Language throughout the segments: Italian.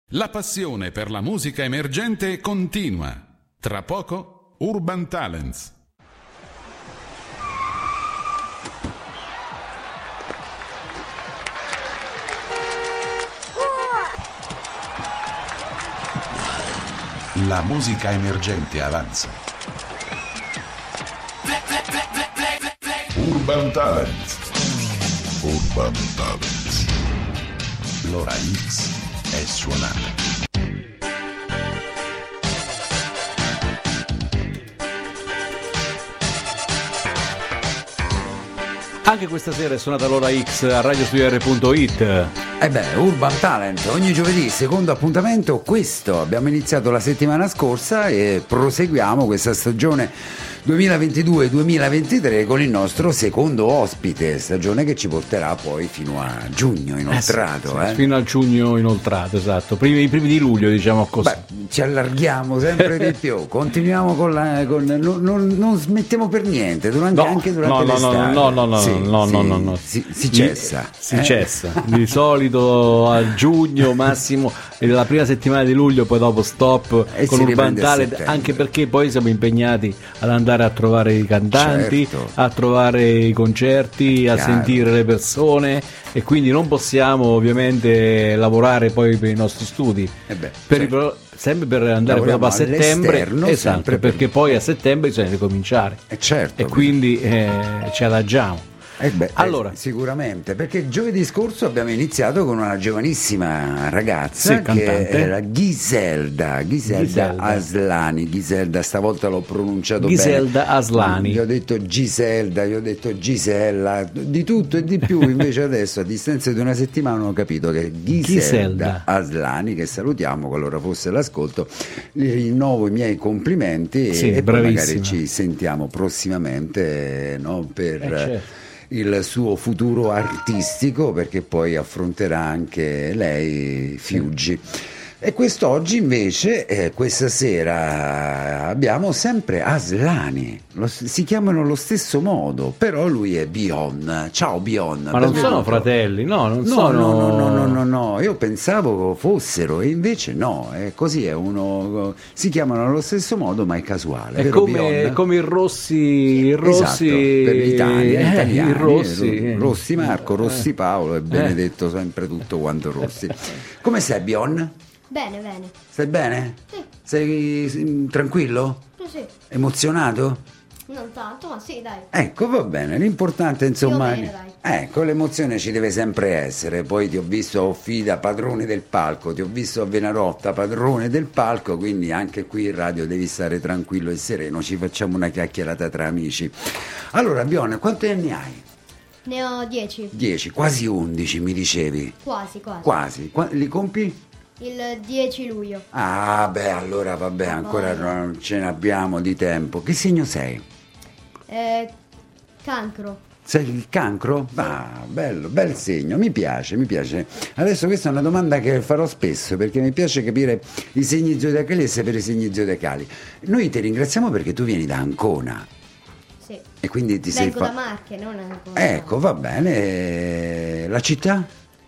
La passione per la musica emergente continua. Tra poco, Urban Talents. La musica emergente avanza. Urban Talents. Urban Talents. L'ora X è suonata. Anche questa sera è suonata l'ora X a radiostudio.it. Urban Talent, ogni giovedì, secondo appuntamento. Questo abbiamo iniziato la settimana scorsa e proseguiamo questa stagione 2022-2023 con il nostro secondo ospite, stagione che ci porterà poi fino a giugno inoltrato. Sì, fino al giugno inoltrato, esatto. I primi di luglio, diciamo così. Ci allarghiamo sempre di più, continuiamo non smettiamo per niente anche durante l'estate. Si cessa. Si cessa. Di solito a giugno massimo, la prima settimana di luglio, poi dopo stop con Urban Talent, anche perché poi siamo impegnati ad andare a trovare i cantanti, certo, a trovare i concerti, a sentire le persone, e quindi non possiamo ovviamente lavorare poi per i nostri studi, sempre per andare dopo a settembre, esatto, perché poi a settembre bisogna ricominciare, certo, e quindi ci adagiamo. Allora, sicuramente, perché giovedì scorso abbiamo iniziato con una giovanissima ragazza che era Ghiselda Aslani. Ghiselda, stavolta l'ho pronunciato Ghiselda bene. Aslani. Gli ho detto Giselda, gli ho detto Gisella, di tutto e di più. Invece adesso, a distanza di una settimana, ho capito che Ghiselda Aslani, che salutiamo qualora fosse l'ascolto, gli rinnovo i miei complimenti, e poi magari ci sentiamo prossimamente, per... certo, il suo futuro artistico, perché poi affronterà anche lei Fiuggi. E quest'oggi invece, questa sera, abbiamo sempre Aslani. Si chiamano allo stesso modo, però lui è Bion. Ciao Bion. Ma non sono fratelli, no? No, io pensavo fossero, e invece no, è così, è uno, si chiamano allo stesso modo, ma è casuale. È come il Rossi, esatto, per l'Italia, il Rossi. Rossi Marco, Rossi Paolo e Benedetto, sempre tutto quanto Rossi. Come sei, Bion? Bene. Stai bene? Sì. Sei tranquillo? Sì. Emozionato? Non tanto, ma sì, dai. Ecco, va bene, l'importante insomma... Bene, dai. Ecco, l'emozione ci deve sempre essere. Poi ti ho visto a Offida, padrone del palco, ti ho visto a Venarotta, padrone del palco, quindi anche qui in radio devi stare tranquillo e sereno, ci facciamo una chiacchierata tra amici. Allora, Bion, quanti anni hai? Ne ho 10. 10, quasi 11 mi dicevi. Quasi. Li compi? Il 10 luglio. Allora vabbè, ancora non ce ne abbiamo di tempo. Che segno sei? Cancro. Sei il cancro? Bello, bel segno, mi piace. Adesso questa è una domanda che farò spesso, perché mi piace capire i segni zodiacali e sapere i segni zodiacali. Noi ti ringraziamo perché tu vieni da Ancona. Sì. E quindi ti Vengo da Marche, non Ancona. Ecco, va bene. La città?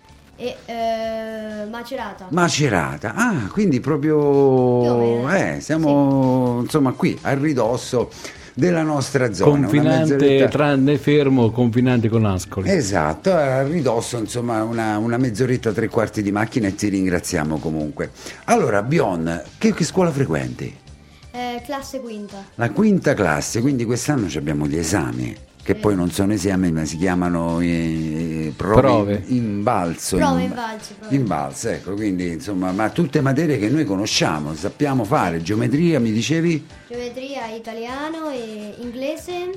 Macerata, quindi proprio siamo insomma qui a ridosso della nostra zona, confinante, tranne fermo, confinante con Ascoli. Esatto, a ridosso, insomma una mezz'oretta, 3/4 di macchina, e ti ringraziamo comunque. Allora, Bion, che scuola frequenti? Classe quinta. La quinta classe, quindi quest'anno abbiamo gli esami, che poi non sono esami, ma si chiamano prove invalso. Invalso, ecco, quindi insomma, ma tutte materie che noi conosciamo, sappiamo fare. Geometria, mi dicevi? Geometria, italiano, e inglese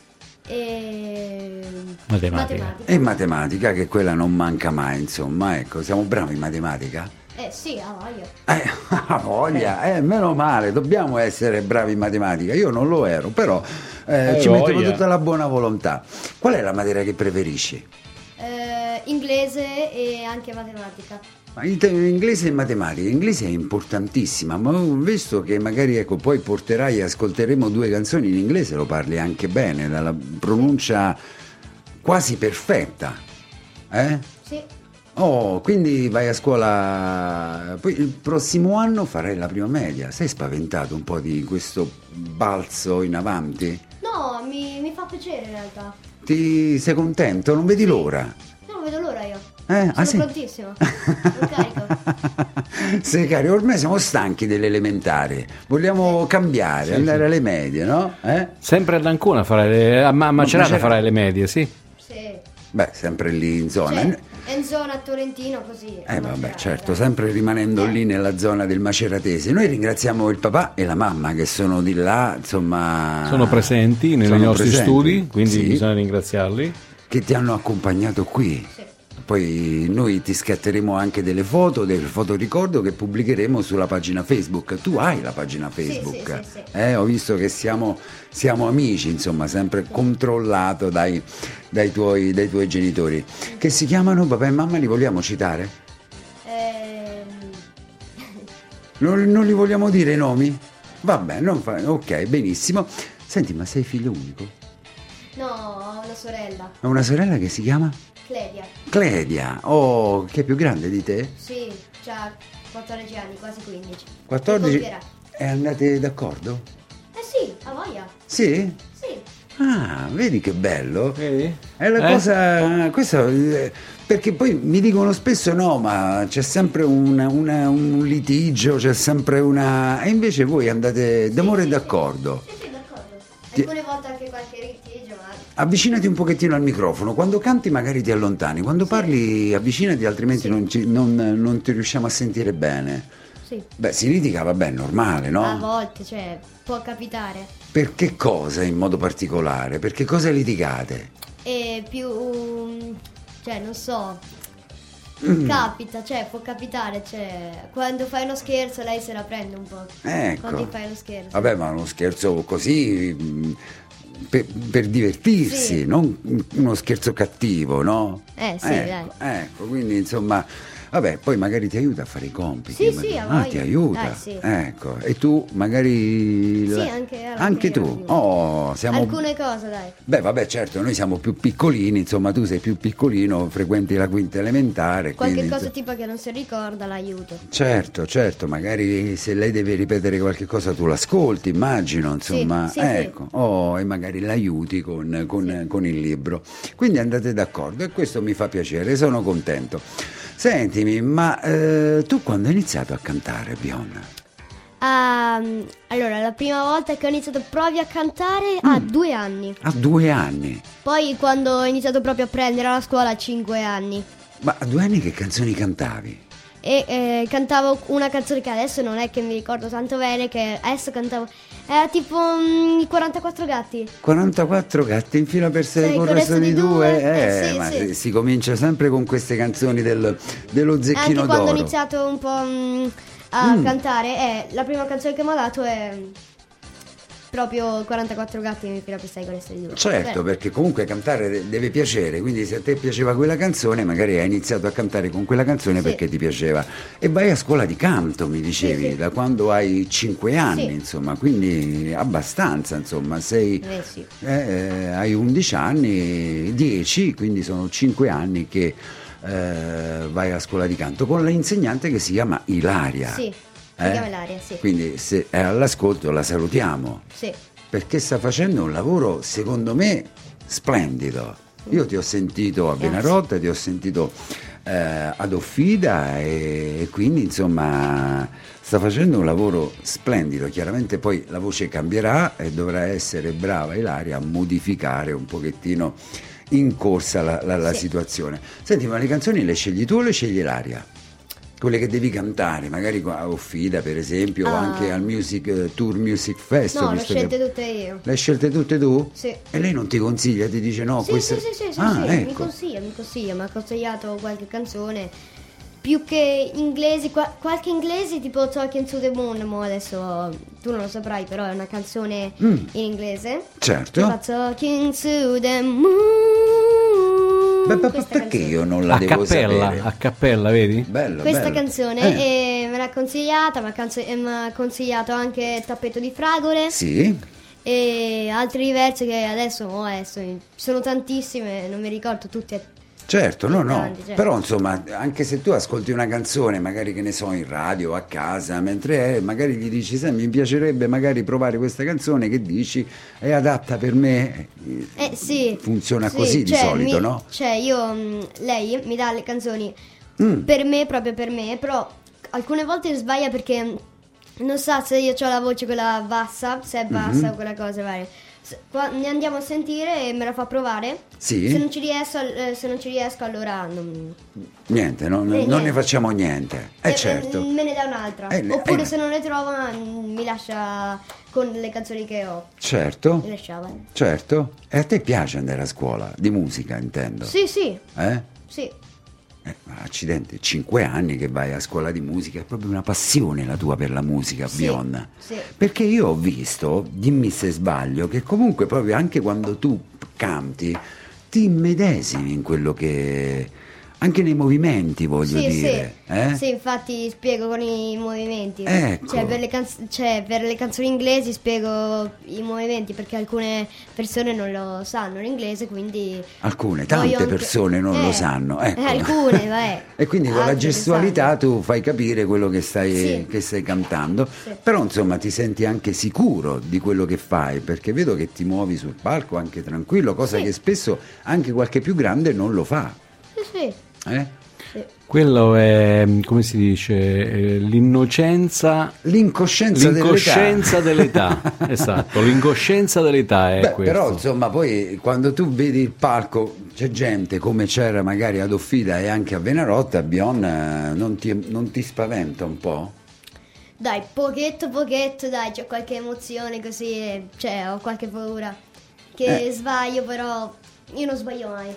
e matematica. E matematica, che quella non manca mai, insomma, ecco, siamo bravi in matematica? Sì, ha voglia. Ha voglia, meno male, dobbiamo essere bravi in matematica. Io non lo ero, però ci mettevo tutta la buona volontà. Qual è la materia che preferisci? Inglese e anche matematica. Inglese e matematica. Inglese è importantissima, ma ho visto che magari poi porterai e ascolteremo 2 canzoni in inglese, lo parli anche bene, dalla pronuncia quasi perfetta. Sì. Oh, quindi vai a scuola, poi il prossimo anno farai la prima media. Sei spaventato un po' di questo balzo in avanti? No, mi fa piacere in realtà. Sei contento? Non vedi l'ora? Non vedo l'ora io. Sono sì? Prontissimo. Sono carico. Sei carico, ormai siamo stanchi dell'elementare. Vogliamo cambiare, andare alle medie, no? Sempre ad Ancona a Macerata farai le medie, sì? Sì. Beh, sempre lì in zona. Cioè, è in zona Torrentino così. Vabbè, certo, sempre rimanendo lì nella zona del Maceratese. Noi ringraziamo il papà e la mamma che sono di là, insomma... Sono presenti nei nostri studi, quindi bisogna ringraziarli. Che ti hanno accompagnato qui. Sì. Poi noi ti scatteremo anche delle foto, del fotoricordo che pubblicheremo sulla pagina Facebook. Tu hai la pagina Facebook? Sì. Ho visto che siamo amici, insomma, sempre controllato dai tuoi genitori. Che si chiamano papà e mamma, li vogliamo citare? Non li vogliamo dire i nomi? Vabbè, ok, benissimo. Senti, ma sei figlio unico? No, ho una sorella. Ho una sorella che si chiama? Cledia, oh, che è più grande di te? Sì, ha 14 anni, quasi 15. 14? E andate d'accordo? Sì, a voglia. Sì? Sì. Ah, vedi che bello? Vedi? È la cosa, questo, perché poi mi dicono spesso no, ma c'è sempre un litigio, c'è sempre una... E invece voi andate d'amore e d'accordo. Sì, d'accordo. Alcune volte anche qualche litigio, ma... Avvicinati un pochettino al microfono, quando canti magari ti allontani, quando parli avvicinati, altrimenti non ti riusciamo a sentire bene. Sì. Beh, si litiga, vabbè, è normale, no? A volte, può capitare. Per che cosa in modo particolare? Per che cosa litigate? E più... non so... Capita, può capitare, quando fai uno scherzo lei se la prende un po'. Ecco. Quando fai uno scherzo. Vabbè, ma uno scherzo così... Per divertirsi, non uno scherzo cattivo, no? Sì, ecco, dai. Ecco, quindi insomma, vabbè, poi magari ti aiuta a fare i compiti. Sì, ti aiuta. Dai, sì. Ecco, e tu magari... Sì, anche tu. Oh, siamo... Alcune cose, dai. Beh, vabbè, certo, noi siamo più piccolini, insomma, tu sei più piccolino, frequenti la quinta elementare. Qualche cosa tipo che non si ricorda l'aiuto. Certo, magari se lei deve ripetere qualche cosa tu l'ascolti, immagino, insomma, sì, ecco. Oh, e magari l'aiuti con il libro. Quindi andate d'accordo e questo mi fa piacere, sono contento. Sentimi, ma tu quando hai iniziato a cantare, Bionda? Allora, la prima volta che ho iniziato proprio a cantare a 2 anni. A 2 anni? Poi quando ho iniziato proprio a prendere alla scuola a 5 anni. Ma a 2 anni che canzoni cantavi? E cantavo una canzone che adesso non è che mi ricordo tanto bene, che adesso cantavo, era tipo i 44 gatti. 44 gatti in fila per 6 con il resto di 2. Ma sì. Si comincia sempre con queste canzoni dello Zecchino d'Oro. Anche quando ho iniziato un po' a cantare, la prima canzone che mi ha dato è proprio 44 gatti in fila per 6 con il resto di 2. Certo, perché comunque cantare deve piacere, quindi se a te piaceva quella canzone magari hai iniziato a cantare con quella canzone perché ti piaceva. E vai a scuola di canto, mi dicevi, da quando hai 5 anni, insomma, quindi abbastanza, insomma, hai 11 anni, 10, quindi sono 5 anni che vai a scuola di canto con l'insegnante che si chiama Ilaria. Sì. Si chiama Ilaria, sì. Quindi se è all'ascolto la salutiamo. Sì. Perché sta facendo un lavoro, secondo me, splendido. Io ti ho sentito a Benarotta, ti ho sentito ad Offida e quindi insomma sta facendo un lavoro splendido. Chiaramente poi la voce cambierà e dovrà essere brava Ilaria a modificare un pochettino in corsa la situazione. Senti, ma le canzoni le scegli tu o le sceglie Ilaria? Quelle che devi cantare, magari a Offida per esempio, o anche al Tour Music Fest. No, le ho scelte tutte io. Le hai scelte tutte tu? Sì. E lei non ti consiglia, ti dice no? Sì, questa... sì, ecco. mi consiglia, mi ha consigliato qualche canzone. Più che inglesi, qualche inglese tipo Talking to the Moon, mo adesso tu non lo saprai, però è una canzone in inglese. Certo. Fa Talking to the Moon. Perché io non la devo sapere? A cappella, vedi? Bello, questa canzone me l'ha consigliata, mi ha consigliato anche Tappeto di fragole. Sì. E altri diversi che adesso sono tantissime, non mi ricordo tutte Certo, però insomma, anche se tu ascolti una canzone, magari che ne so, in radio, a casa, mentre magari gli dici, sai, mi piacerebbe magari provare questa canzone, che dici, è adatta per me? Sì. Funziona così di solito, no? Cioè lei mi dà le canzoni per me, proprio per me, però alcune volte sbaglia perché non sa se io ho la voce quella bassa, se è bassa o quella cosa varia. Ne andiamo a sentire e me la fa provare. Sì. Se non ci riesco allora niente, non ne facciamo niente. Certo. Me ne dà un'altra. Oppure se non le trovo mi lascia con le canzoni che ho. Certo. Mi lasciava. Certo. E a te piace andare a scuola di musica, intendo? Sì. Sì. Accidenti, 5 anni che vai a scuola di musica, è proprio una passione la tua per la musica, Bion. Sì. Perché io ho visto, dimmi se sbaglio, che comunque proprio anche quando tu canti ti immedesimi in quello che... anche nei movimenti, voglio dire. Sì, infatti spiego con i movimenti. Ecco. Cioè, per le canzoni inglesi spiego i movimenti perché alcune persone non lo sanno l'inglese, quindi... Tante persone non lo sanno. Ecco. Alcune, vabbè. E quindi con la gestualità tu fai capire quello che stai cantando. Sì. Però insomma ti senti anche sicuro di quello che fai, perché vedo che ti muovi sul palco anche tranquillo, cosa che spesso anche qualche più grande non lo fa. Sì. Quello è, come si dice, l'incoscienza dell'età. Esatto, l'incoscienza dell'età è questo. Però insomma poi quando tu vedi il palco c'è gente come c'era magari ad Offida e anche a Venarotta, Bion, non ti spaventa un po'? Dai, pochetto, dai, c'ho qualche emozione così, cioè ho qualche paura che sbaglio, però io non sbaglio mai.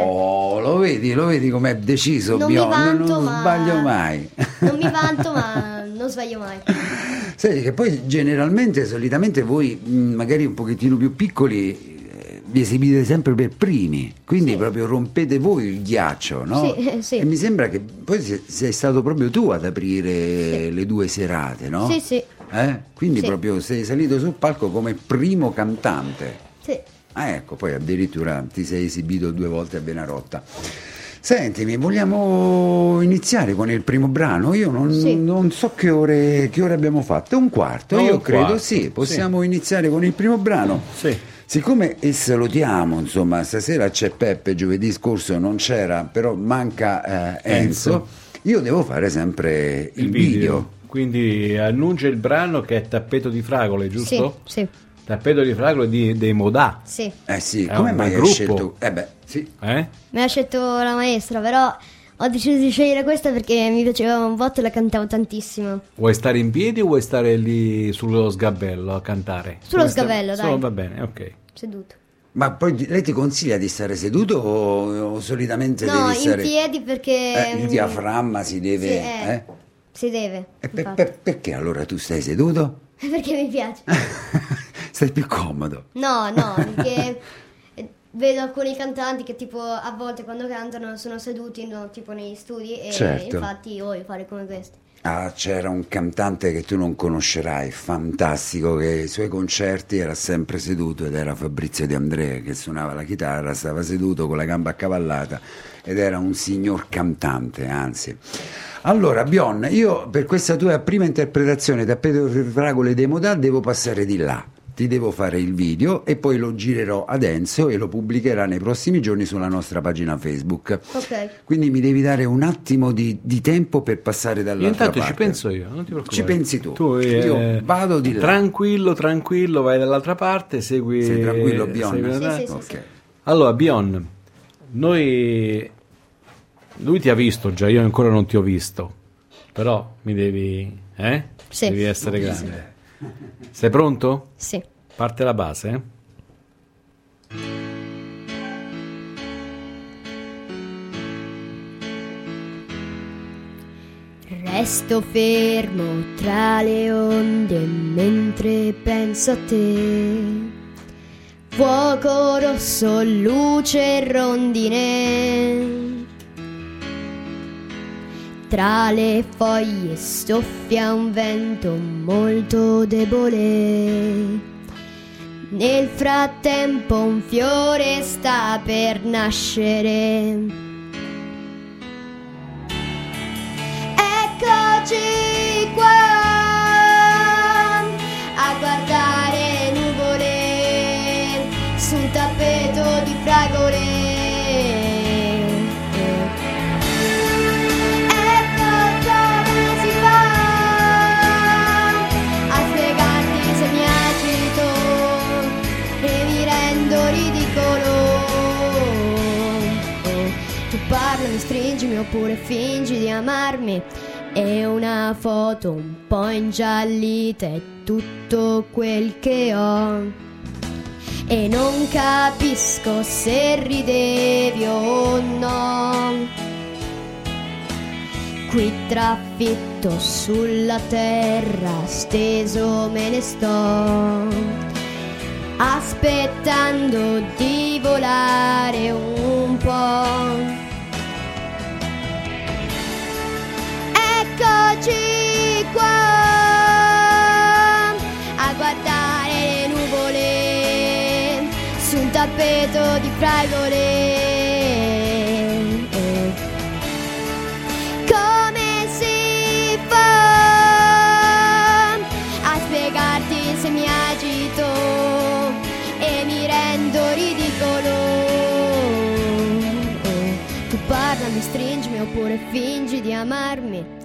Lo vedi com'è deciso, non Bion, mi vanto, non sbaglio mai. Non mi vanto, ma non sbaglio mai. Senti che poi solitamente voi magari un pochettino più piccoli vi esibite sempre per primi, quindi proprio rompete voi il ghiaccio, no? Sì. E mi sembra che poi sei stato proprio tu ad aprire le 2 serate, no? Sì. Quindi proprio sei salito sul palco come primo cantante. Sì. Ecco, poi addirittura ti sei esibito 2 volte a Venarotta. Sentimi, vogliamo iniziare con il primo brano? Io non so che ore abbiamo fatto, 1/4, io credo sì, possiamo iniziare con il primo brano. Sì. Siccome salutiamo, insomma, stasera c'è Peppe, giovedì scorso non c'era, però manca Enzo, io devo fare sempre il video. Quindi annuncia il brano che è Tappeto di Fragole, giusto? Sì. Tappeto di Fragole dei Modà. Sì. Sì, è come un mai hai gruppo. scelto? Sì. Mi ha scelto la maestra, però ho deciso di scegliere questa perché mi piaceva un botto e la cantavo tantissimo. Vuoi stare in piedi o vuoi stare lì sullo sgabello a cantare? Sullo sgabello, dai. Va bene, ok. Seduto. Ma poi lei ti consiglia di stare seduto o solitamente devi stare... No, in piedi perché... il diaframma si deve... Si deve. E perché allora tu stai seduto? Perché mi piace. Stai più comodo. No, perché vedo alcuni cantanti che tipo a volte quando cantano sono seduti tipo negli studi e infatti voglio fare come questi. C'era un cantante che tu non conoscerai, fantastico, che ai suoi concerti era sempre seduto ed era Fabrizio De André, che suonava la chitarra, stava seduto con la gamba accavallata ed era un signor cantante, anzi. Allora, Bion, io per questa tua prima interpretazione Tappeto di Fragole dei Modà devo passare di là. Ti devo fare il video e poi lo girerò ad Enzo e lo pubblicherà nei prossimi giorni sulla nostra pagina Facebook. Ok. Quindi mi devi dare un attimo di tempo per passare dall'altra parte. Intanto ci penso io, non ti preoccupare. Ci pensi tu. Io vado di là. Tranquillo, vai dall'altra parte, segui. Sei tranquillo, Bion? Sì. Ok. Allora, Bion, lui ti ha visto già, io ancora non ti ho visto. Però mi devi, Sì. Devi essere grande. Sei pronto? Sì. Parte la base, Resto fermo tra le onde mentre penso a te. Fuoco rosso, luce e rondine. Tra le foglie soffia un vento molto debole. Nel frattempo un fiore sta per nascere. oppure fingi di amarmi. E una foto un po' ingiallita è tutto quel che ho. E non capisco se ridevi o no. Qui trafitto sulla terra, steso me ne sto, aspettando di volare un po'. Eccoci qua a guardare le nuvole su un tappeto di fragole. Come si fa a spiegarti se mi agito e mi rendo ridicolo? Tu parlami, stringimi oppure fingi di amarmi.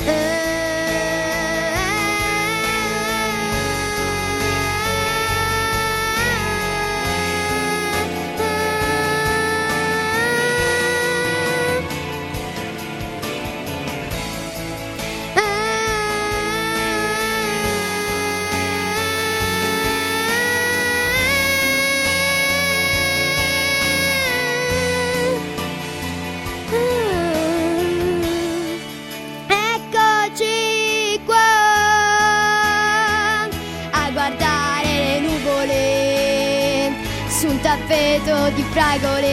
Tappeto di fragole.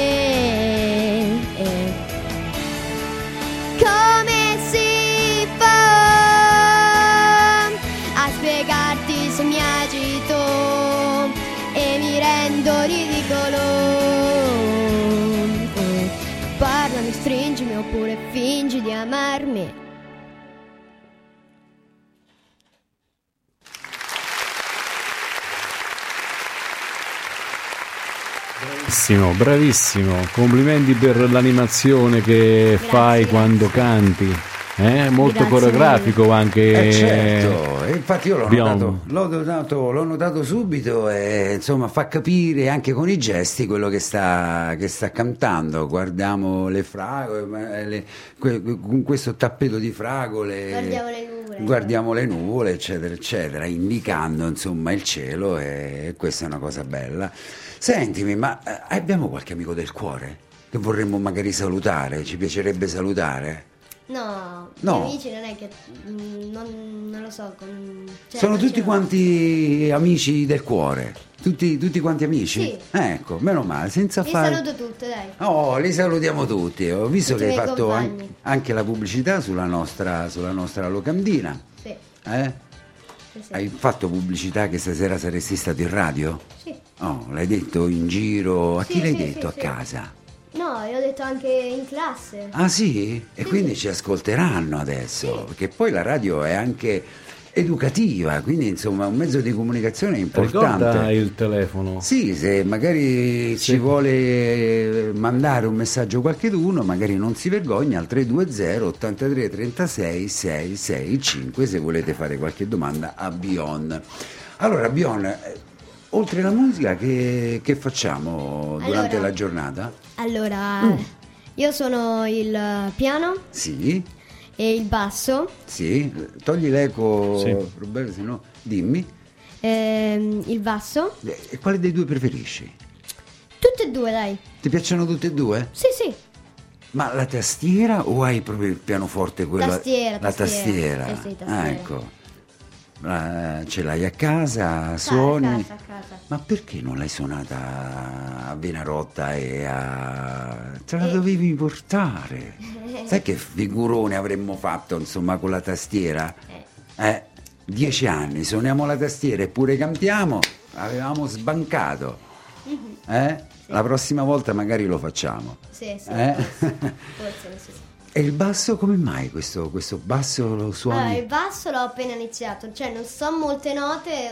Come si fa a spiegarti se mi agito e mi rendo ridicolo? Parlami, stringimi oppure fingi di amarmi. Bravissimo, bravissimo, complimenti per l'animazione che fai quando canti, molto Grazie. Coreografico anche. Certo, e infatti io l'ho notato subito e insomma fa capire anche con i gesti quello che sta cantando. Guardiamo le fragole, con questo tappeto di fragole, guardiamo le nuvole, eccetera, eccetera, indicando insomma il cielo, e questa è una cosa bella. Sentimi, ma abbiamo qualche amico del cuore che vorremmo magari salutare? Ci piacerebbe salutare? No, No. gli amici non è che non lo so. Sono non tutti ce l'ho. quanti amici del cuore? Tutti quanti amici? Sì. Ecco, meno male, senza Li fare... saluto tutte, dai. Oh, li salutiamo tutti. Ho visto Tutti che i hai miei fatto compagni. anche la pubblicità sulla nostra locandina. Sì, sì. Hai fatto pubblicità che stasera saresti stato in radio? Sì. Oh, l'hai detto in giro? A Sì, chi l'hai sì, detto? sì, A sì. casa? No, l'ho detto anche in classe. Ah sì? E quindi ci ascolteranno adesso, perché poi la radio è anche educativa, quindi insomma è un mezzo di comunicazione importante. Ricorda il telefono. Sì, se magari ci vuole mandare un messaggio qualcheduno, magari non si vergogna, al 320 83 36 665 se volete fare qualche domanda a Bion. Allora Bion, oltre alla musica che facciamo durante Allora, la giornata? Allora, io sono il piano Sì, e il basso, sì, togli l'eco, Sì. Roberto, se no dimmi. il basso, E quale dei due preferisci? tutte e due, dai. Ti piacciono tutte e due? Sì, sì. Ma la tastiera o hai proprio il pianoforte quello? Tastiera, La tastiera. tastiera. Sì, tastiera. Ah, ecco. Ce l'hai a casa, suoni. A casa. Ma perché non l'hai suonata a Venarotta te la dovevi portare? Sai che figurone avremmo fatto, insomma, con la tastiera? 10 anni, suoniamo la tastiera eppure cantiamo, avevamo sbancato. La prossima volta magari lo facciamo. Sì, sì. Forse, sì. E il basso, come mai questo basso lo suoni? Allora, il basso l'ho appena iniziato, cioè non so molte note,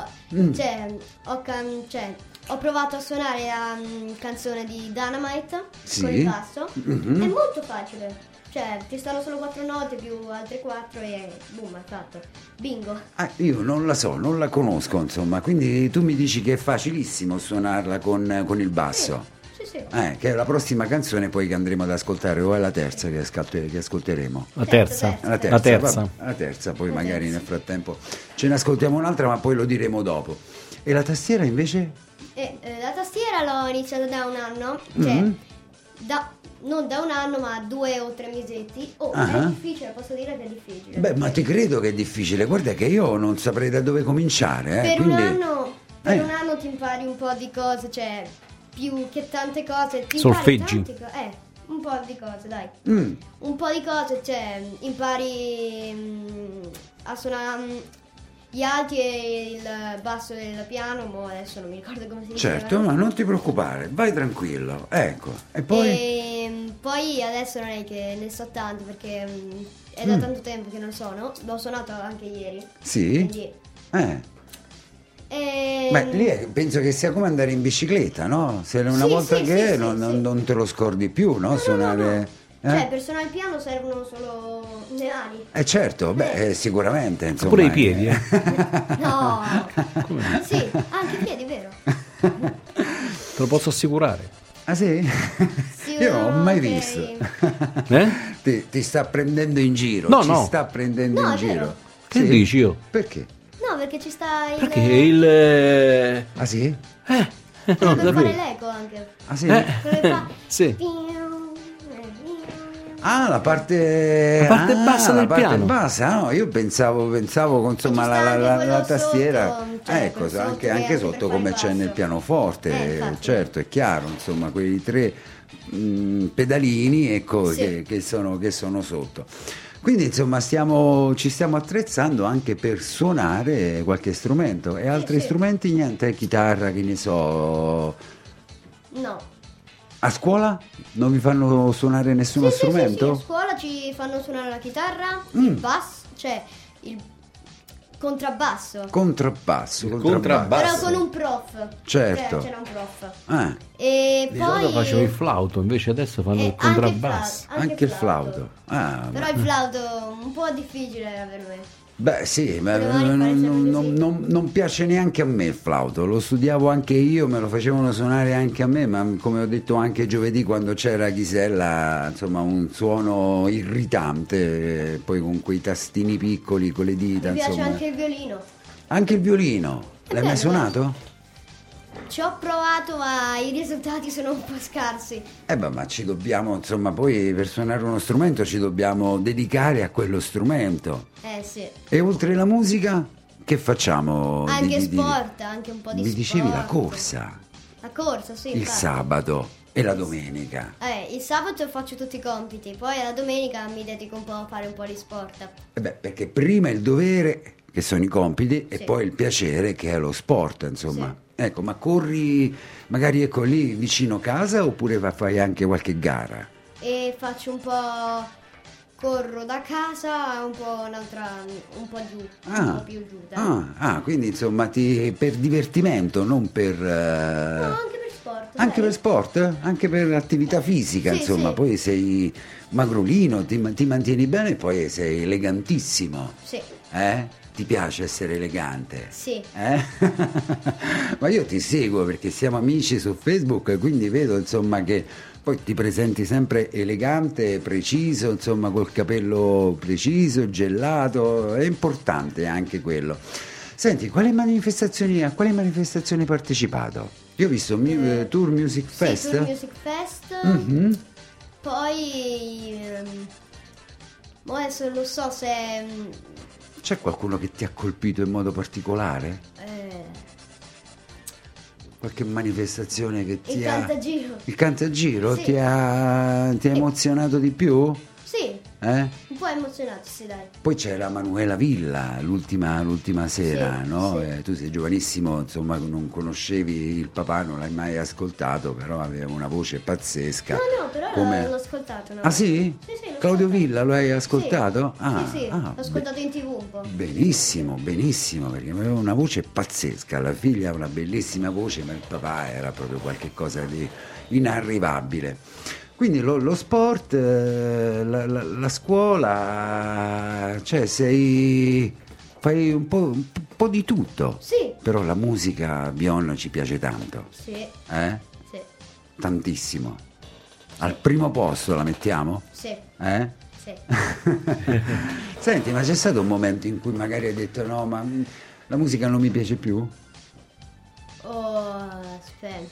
ho provato a suonare la canzone di Dynamite Sì. con il basso. Mhm. È molto facile, cioè ci stanno solo 4 note più altre 4 e boom, hai fatto. Bingo. Io non la so, non la conosco, insomma, quindi tu mi dici che è facilissimo suonarla con il basso. Sì, Che è la prossima canzone poi che andremo ad ascoltare, o è la terza che ascolteremo? La terza. Poi magari nel frattempo ce ne ascoltiamo un'altra, ma poi lo diremo dopo. E la tastiera invece? La tastiera l'ho iniziata da un anno, non da un anno, ma 2 o 3 mesetti. È difficile, posso dire che è difficile. Beh, ma ti credo che è difficile, guarda che io non saprei da dove cominciare. Per un anno ti impari un po' di cose, cioè più che tante cose. Solfeggi. Un po' di cose, dai. Un po' di cose, cioè impari a suonare gli alti e il basso del piano, ma adesso non mi ricordo come si dice. Certo, ma non ti preoccupare, vai tranquillo, ecco. E poi? Poi adesso non è che ne so tanto, perché è da tanto tempo che non suono. L'ho suonato anche ieri. Sì? Quindi, beh, lì penso che sia come andare in bicicletta, no? Se una volta non te lo scordi più, no? Suonare... Cioè, per suonare il piano servono solo le mani. Certo, sicuramente, insomma. Pure i piedi, No. Sì, anche i piedi, vero? Te lo posso assicurare. Ah sì? Io non l'ho mai visto. Ti sta prendendo in giro. No. Ci sta prendendo in giro. Che dici io? Perché? No, perché ci sta il... Perché il... Ah sì? Per fare l'eco anche. Ah sì? Sì. La parte bassa del piano. La parte bassa, no? Io pensavo insomma la tastiera sotto, cioè, ecco, anche sotto come c'è nel pianoforte, certo, è chiaro, insomma, quei 3 pedalini, ecco, che sono sotto. Quindi insomma ci stiamo attrezzando anche per suonare qualche strumento. E altri strumenti niente, chitarra, che ne so. No. A scuola non vi fanno suonare nessuno strumento? Sì, a scuola ci fanno suonare la chitarra, il basso, cioè il contrabbasso. Contrabbasso. Però con un prof. Certo. C'era un prof. E poi io facevo il flauto, invece adesso fanno il contrabbasso. Anche il flauto. Però il flauto un po' difficile per me. Beh sì, ma non piace neanche a me il flauto, lo studiavo anche io, me lo facevano suonare anche a me, ma come ho detto anche giovedì quando c'era Ghisella, insomma un suono irritante, poi con quei tastini piccoli, con le dita. Mi piace insomma. Anche il violino. Anche il violino? L'hai mai suonato? Ci ho provato, ma i risultati sono un po' scarsi. Ma ci dobbiamo, insomma, poi per suonare uno strumento ci dobbiamo dedicare a quello strumento. Sì. E oltre la musica, che facciamo? Anche sport, anche un po' di sport. Mi dicevi la corsa? La corsa, sì. Il sabato e la domenica. Il sabato faccio tutti i compiti, poi la domenica mi dedico un po' a fare un po' di sport. Perché prima il dovere, che sono i compiti, e poi il piacere, che è lo sport, insomma. Sì. Ecco, ma corri magari lì vicino casa oppure fai anche qualche gara? E faccio un po', corro da casa, un po' giù, un po' più giù. Quindi insomma per divertimento, non per... No, anche per sport. Anche per sport? Anche per attività fisica, insomma, poi sei magrolino, ti mantieni bene e poi sei elegantissimo. Sì. Ti piace essere elegante? Sì. Ma io ti seguo perché siamo amici su Facebook, quindi vedo insomma che poi ti presenti sempre elegante, preciso, insomma col capello preciso, gelato, è importante anche quello. Senti, a quali manifestazioni hai partecipato? Io ho visto Tour Music Fest. Tour Music Fest. Poi adesso non so se... C'è qualcuno che ti ha colpito in modo particolare? Qualche manifestazione che ti ha... Il Cantagiro? Sì. Ti ha emozionato di più? Sì. Un po' emozionato, sì, dai. Poi c'era Manuela Villa l'ultima sera, sì, no? Sì. Tu sei giovanissimo, insomma, non conoscevi il papà, non l'hai mai ascoltato, però aveva una voce pazzesca. No, però l'ho ascoltato. No? Ah sì? Sì, Claudio Villa lo hai ascoltato? Sì, l'ho ascoltato in TV un po'. Benissimo, perché aveva una voce pazzesca, la figlia ha una bellissima voce, ma il papà era proprio qualcosa di inarrivabile. Quindi lo sport, la scuola, cioè fai un po' di tutto. Sì. Però la musica, Bion, ci piace tanto. Sì. Sì. tantissimo. Al primo posto la mettiamo? Sì. Sì. Senti, ma c'è stato un momento in cui magari hai detto no, ma la musica non mi piace più? Aspetta.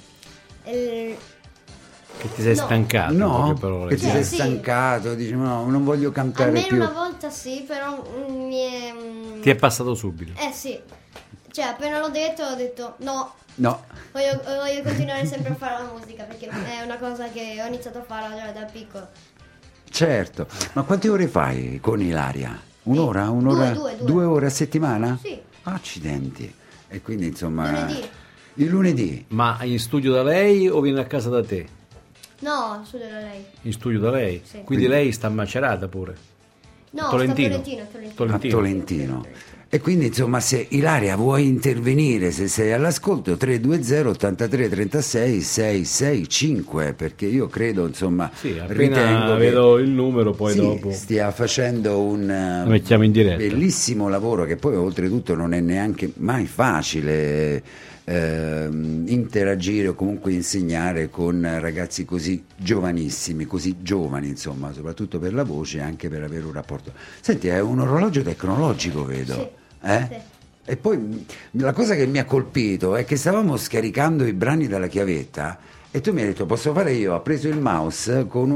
Che ti sei stancato? No, parole. che ti sei stancato, dici no, non voglio cantare almeno più. Una volta sì, però ti è passato subito. Sì. Cioè, appena l'ho detto no. Voglio continuare sempre a fare la musica, perché è una cosa che ho iniziato a fare già da piccolo. Certo, ma quante ore fai con Ilaria? Un'ora? Due ore a settimana? Sì. Accidenti. E quindi insomma... Lunedì. Il lunedì. Ma in studio da lei o viene a casa da te? No, studio da lei. In studio da lei? Sì. Quindi lei sta a Macerata pure? No, Tolentino. A Tolentino. E quindi insomma, se Ilaria vuoi intervenire, se sei all'ascolto, 320 83 36 665, perché io credo insomma, sì, appena vedo il numero poi dopo stia facendo un mettiamo in diretta. Bellissimo lavoro, che poi oltretutto non è neanche mai facile interagire o comunque insegnare con ragazzi così giovanissimi, così giovani insomma, soprattutto per la voce e anche per avere un rapporto. Senti, è un orologio tecnologico, vedo. Sì. Sì. E poi la cosa che mi ha colpito è che stavamo scaricando i brani dalla chiavetta e tu mi hai detto posso fare io, ho preso il mouse con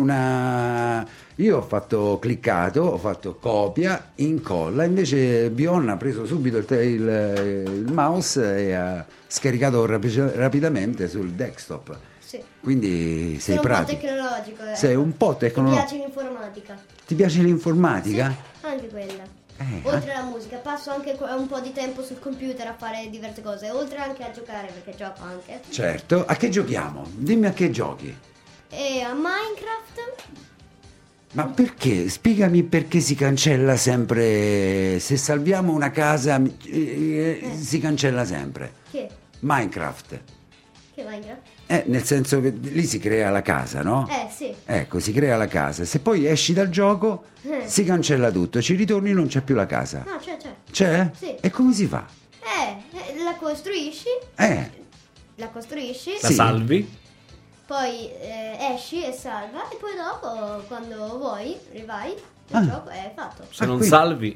io ho cliccato, ho fatto copia, incolla, invece Bionna ha preso subito il mouse e ha scaricato rapidamente sul desktop. Sì. Quindi sei pratico. Sei un po' tecnologico. Sei un po' tecnologico. Mi piace l'informatica. Ti piace l'informatica? Sì, anche quella. Oltre alla musica, passo anche un po' di tempo sul computer a fare diverse cose, oltre anche a giocare, perché gioco anche. Certo, a che giochiamo? Dimmi a che giochi. E a Minecraft. Ma perché? Spiegami perché si cancella sempre. Se salviamo una casa si cancella sempre. Che? Minecraft. Che Minecraft? Nel senso che lì si crea la casa, no? Sì. Ecco, si crea la casa. Se poi esci dal gioco si cancella tutto, ci ritorni, non c'è più la casa. No, c'è. C'è? Sì. E come si fa? La costruisci. La costruisci. La salvi. Poi esci e salva, e poi dopo, quando vuoi, rivai, il gioco è fatto. Se non salvi...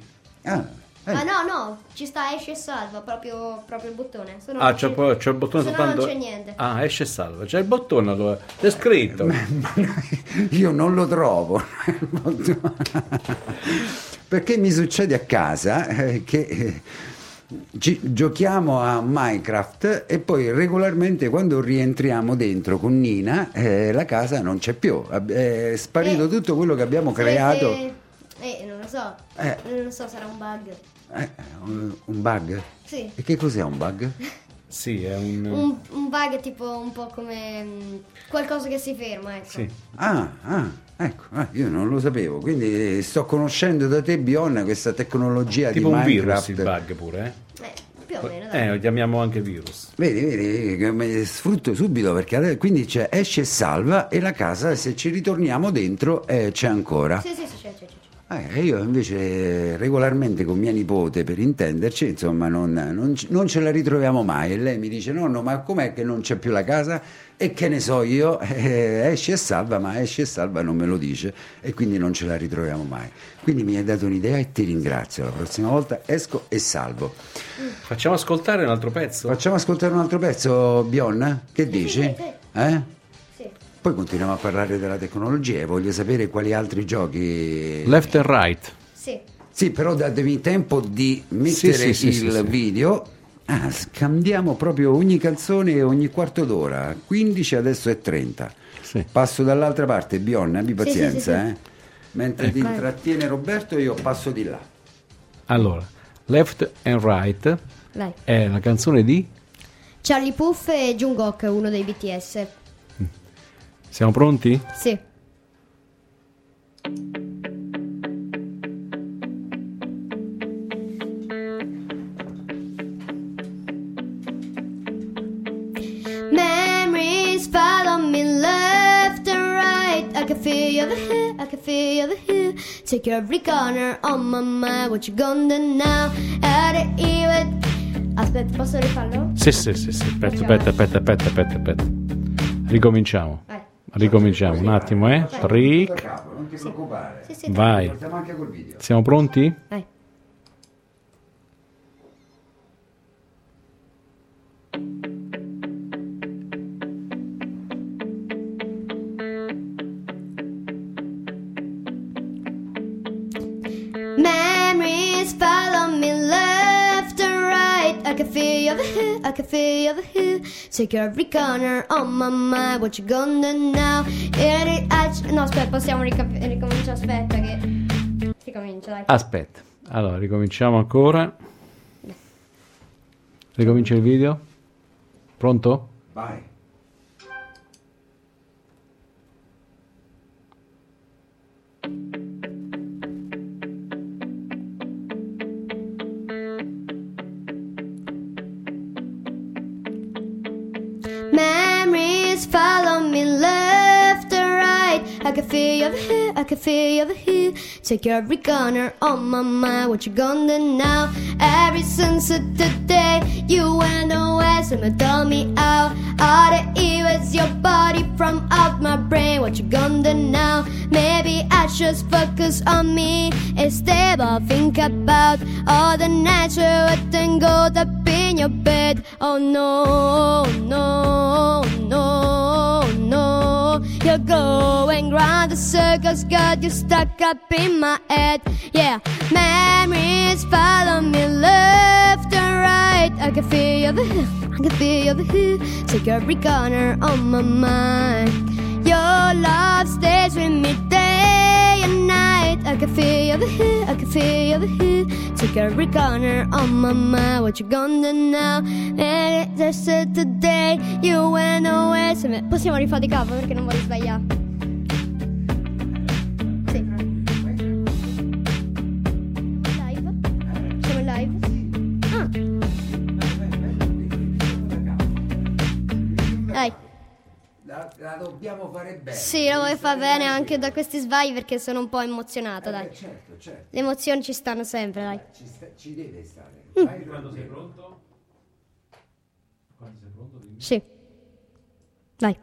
no, ci sta esce e salva, proprio il bottone. C'è il bottone soltanto? Non c'è niente. Esce e salva, c'è il bottone dove c'è scritto. Io non lo trovo. Perché mi succede a casa che giochiamo a Minecraft e poi regolarmente quando rientriamo dentro con Nina la casa non c'è più, è sparito tutto quello che abbiamo creato. Non lo so, non lo so, sarà un bug. Un bug? Sì. E che cos'è un bug? Sì, è un bug è tipo un po' come qualcosa che si ferma, ecco. Sì. Ecco, io non lo sapevo, quindi sto conoscendo da te, Bionna, questa tecnologia tipo di Minecraft. Minecraft. Tipo un virus il bug pure, più o meno, dai. Lo chiamiamo anche virus. Vedi, sfrutto subito, perché quindi c'è esce e salva e la casa, se ci ritorniamo dentro, c'è ancora. Sì, c'è. Io invece regolarmente con mia nipote, per intenderci, insomma, non ce la ritroviamo mai. E lei mi dice: nonno, ma com'è che non c'è più la casa? E che ne so io, esce e salva, ma esce e salva non me lo dice, e quindi non ce la ritroviamo mai. Quindi mi hai dato un'idea e ti ringrazio. La prossima volta esco e salvo. Facciamo ascoltare un altro pezzo? Bionna? Che dici? Sì. Poi continuiamo a parlare della tecnologia e voglio sapere quali altri giochi. Left and Right. Sì, però datemi tempo di mettere il video. Scambiamo proprio ogni canzone ogni quarto d'ora. 15, adesso è 30. Sì. Passo dall'altra parte, Bionna, abbi pazienza. Sì. Mentre ti intrattiene Roberto, io passo di là. Allora, Left and Right. Vai. È la canzone di Charlie Puth e Jungkook, uno dei BTS. Siamo pronti? Sì. Memories follow me left and right. I can feel you over here, I can feel you over here. Take every corner on my mind. What you gonna do now? How to even... Aspetta, posso rifarlo? Sì. Aspetta. Ricominciamo. Ricominciamo un attimo, Trick. Non ti preoccupare. Sì, vai. Partiamo anche col video. Siamo pronti? Vai. Memories follow me left and right. I can feel you over here, I can feel you over here. Take every corner on my mind. What you gonna do now? No, aspetta, possiamo ricominciare. Aspetta che ricomincia, dai. Aspetta, allora ricominciamo ancora. Ricomincia il video. Pronto? Vai. Memories follow me left and right. I can feel you over here, I can feel you over here. Take every corner on my mind. What you gonna do now? Every sunset today, you went away, so me tell me out. All the erase your body from out my brain. What you gonna do now? Maybe I should focus on me instead of think about all the natural tangled up in your bed. Oh no, no, no, no. You're going round the circles, got you stuck up in my head. Yeah, memories follow me left and right. I can feel you over here, I can feel you over here. Take every corner on my mind. Your love stays with me day and night. I can feel you over here, I can feel you over here. Take every corner on my mind. What you gonna do now? And just today you went away. Possiamo rifare di capo perché non voglio sbagliare. Sì. Siamo live? Ah. Dai. La dobbiamo fare bene. Sì, la voglio fare bene anche da questi svagli perché sono un po' emozionata, dai. Certo. Le emozioni ci stanno sempre, dai. Ci deve stare. Vai, Quando sei pronto? Quando sei pronto? Dimmi. Sì. Vai.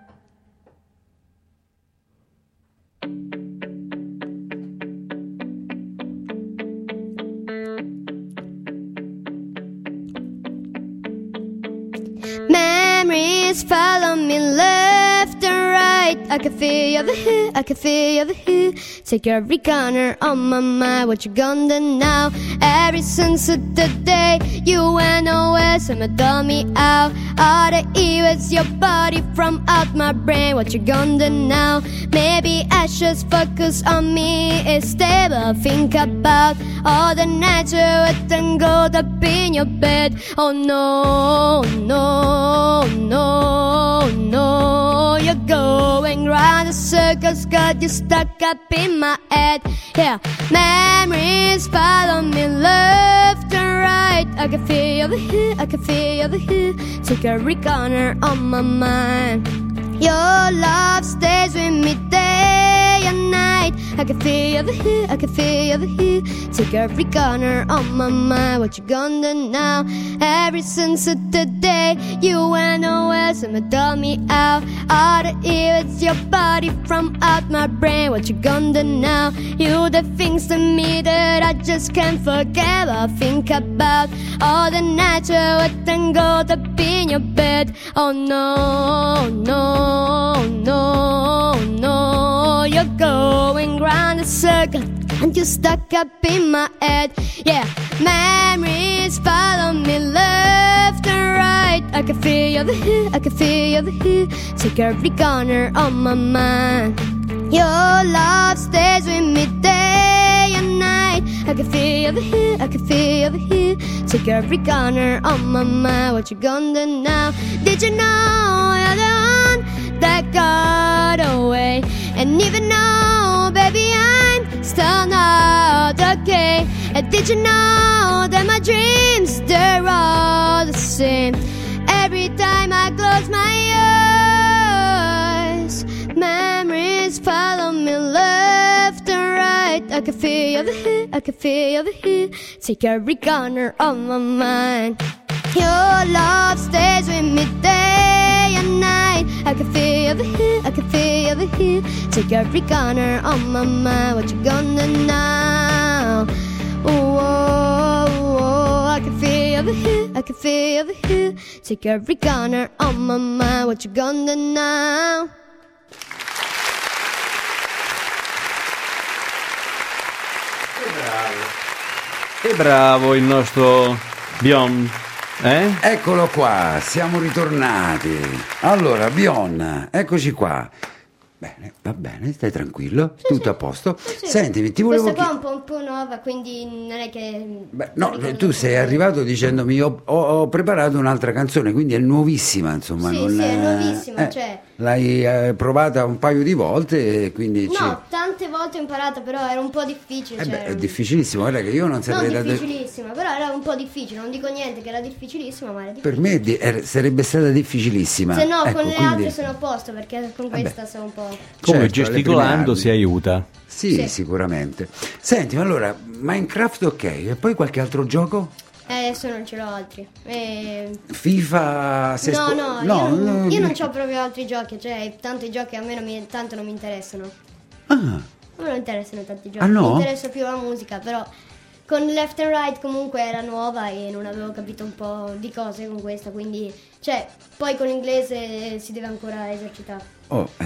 Memories follow me left and right. I can feel you over here, I can feel you over here. Take every corner on my mind. What you gonna do now? Every sunset today, you went away, so me tell me out. All the erase your body from out my brain. What you gonna do now? Maybe I should focus on me instead of think about all the natural tangled up in your bed. Oh no, no, no, no. You're going round the circles, got you stuck up in my head. Yeah, memories follow me left and right. I can feel you over here, I can feel you over here. Take every corner on my mind. Your love stays with me day and night. I can feel you over here, I can feel you over here. Take every corner on my mind. What you gonna do now? Every sunset today, you went away, so me tell me out. All the erase your body from out my brain. What you gonna do now? You the things to me that I just can't forget or think about. All the natural tangled up in your bed. Oh no, no, no, no. You're going round the circle and you stuck up in my head. Yeah, memories follow me left and right. I can feel you over here, I can feel you over here. Take every corner on my mind. Your love stays with me day and night. I can feel you over here, I can feel you over here. Take every corner on my mind. What you gonna do now? Did you know you're the one that got away? And even though, baby, I'm still not okay. And did you know that my dreams, they're all the same? Every time I close my eyes, memories follow me left and right. I can feel you over here, I can feel you over here. Take every corner of my mind. Your love stays with me day and night. I can feel the heat, I can feel the heat. Take every corner on my mind. What you gonna now? Oh, oh, oh, I can feel the heat, I can feel the heat. Take every corner on my mind. What you gonna now? E bravo il nostro Bjorn. Eccolo qua, siamo ritornati. Allora, Bjorn, eccoci qua. Bene, va bene, stai tranquillo, sì, tutto sì. a posto. Sì. Sentimi, ti volevo questa qua è un po' nuova, quindi non è che... Beh, no, tu sei arrivato dicendomi ho preparato un'altra canzone, quindi è nuovissima, insomma. Sì, non sì, è nuovissima, cioè... L'hai provata un paio di volte e quindi... No, tante volte ho imparato, però era un po' difficile. Beh, è difficilissimo, guarda che io non saprei... Non difficilissima, però era un po' difficile, non dico niente che era difficilissima, ma era difficile. Per me sarebbe stata difficilissima. Se no, ecco, con le quindi... altre sono a posto, perché con questa sono un po'... Come Certo, gesticolando si aiuta. Sì, sicuramente. Senti, ma allora, Minecraft ok, e poi qualche altro gioco? Adesso non ce l'ho altri. FIFA? No, io non ho proprio altri giochi, cioè tanto i giochi a me tanto non mi interessano. Ah. Non mi interessano tanti giochi, Ah, no? mi interessa più la musica, però con Left and Right comunque era nuova e non avevo capito un po' di cose con questa, quindi cioè poi con l'inglese si deve ancora esercitare.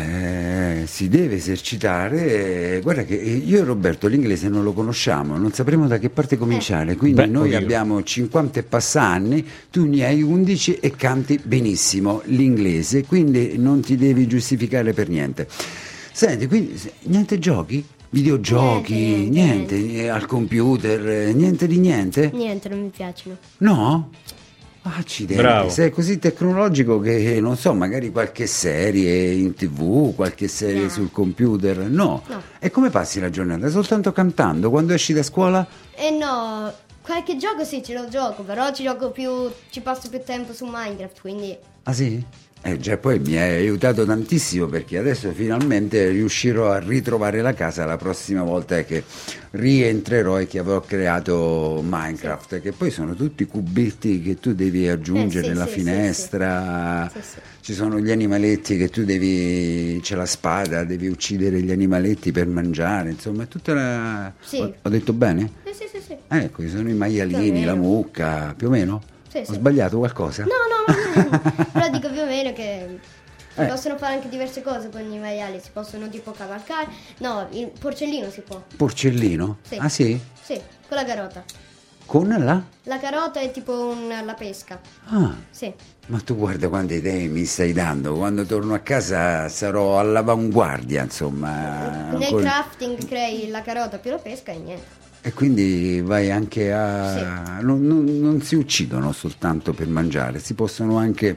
Si deve esercitare. Guarda che io e Roberto l'inglese non lo conosciamo, non sapremo da che parte cominciare, quindi noi abbiamo 50 e passa anni, tu ne hai 11 e canti benissimo l'inglese, quindi non ti devi giustificare per niente. Senti, quindi niente giochi? Videogiochi? Niente. Al computer? Niente di niente? Niente, non mi piacciono. No? Accidenti, bravo. Sei così tecnologico che non so, magari qualche serie in TV, qualche serie sul computer, no. E come passi la giornata? Soltanto cantando? Quando esci da scuola? No, qualche gioco sì ce lo gioco, però ci passo più tempo su Minecraft, quindi... Ah sì? Già, poi mi hai aiutato tantissimo perché adesso finalmente riuscirò a ritrovare la casa la prossima volta che rientrerò e che avrò creato Minecraft, che poi sono tutti cubetti che tu devi aggiungere nella finestra. Sì. Ci sono gli animaletti che tu c'è la spada, devi uccidere gli animaletti per mangiare, insomma è tutta la... Sì. Ho detto bene? Sì. Ecco, ci sono i maialini, la mucca, più o meno? Sì. Ho sbagliato qualcosa? No, però dico più o meno che si possono fare anche diverse cose con i maiali, si possono tipo cavalcare. No, il porcellino si può. Porcellino? Sì. Ah sì? Sì, con la carota. Con la? La carota è tipo la pesca. Ah. Sì. Ma tu guarda quante idee mi stai dando, quando torno a casa sarò all'avanguardia, insomma. Nel crafting crei la carota più la pesca e niente. E quindi vai anche a... Sì. Non si uccidono soltanto per mangiare, si possono anche...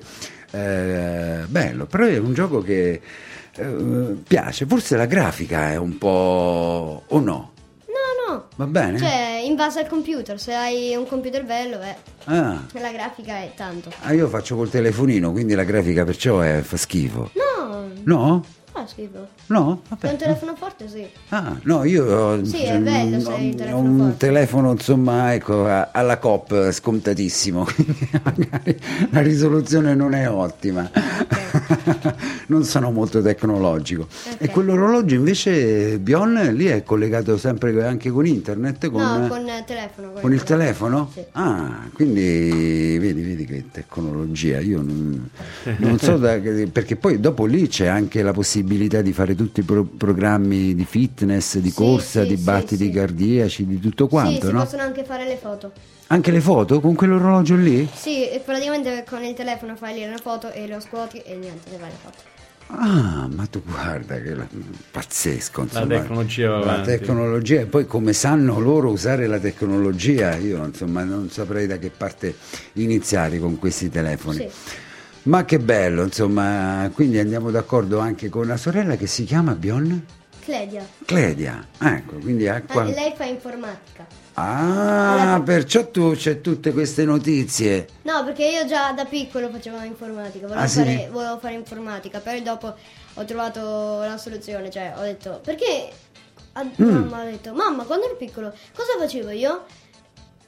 bello, però è un gioco che piace, forse la grafica è un po'... o no? No. Va bene? Cioè, in base al computer, se hai un computer bello, la grafica è tanto. Io faccio col telefonino, quindi la grafica perciò fa schifo. No? No? Schifo. No? Vabbè. È un telefono forte, sì. Ah, no, io Sì, è bello se hai un telefono ho un forte. telefono, insomma, ecco, alla COP scontatissimo, quindi magari la risoluzione non è ottima. Okay. Non sono molto tecnologico. E quell'orologio invece, Bjorn, lì è collegato sempre anche con internet? No, con il telefono. Con il telefono? Sì. Ah, quindi vedi che tecnologia, io non so perché poi dopo lì c'è anche la possibilità di fare tutti i programmi di fitness, di corsa, di battiti cardiaci, di tutto quanto, sì, no? si possono anche fare le foto. Anche le foto con quell'orologio lì? Sì, e praticamente con il telefono fai lì una foto e lo scuoti e niente, ne fai le foto. Ah, ma tu guarda che pazzesco, insomma. La tecnologia va avanti. La tecnologia, e poi come sanno loro usare la tecnologia, io insomma non saprei da che parte iniziare con questi telefoni. Sì. Ma che bello, insomma, quindi andiamo d'accordo anche con la sorella che si chiama Bjorn? Cledia, ecco, quindi lei fa informatica. Ah, perciò tu c'è tutte queste notizie. No, perché io già da piccolo facevo informatica, volevo fare informatica, poi dopo ho trovato la soluzione, cioè ho detto, perché mamma ha detto, mamma quando ero piccolo cosa facevo io?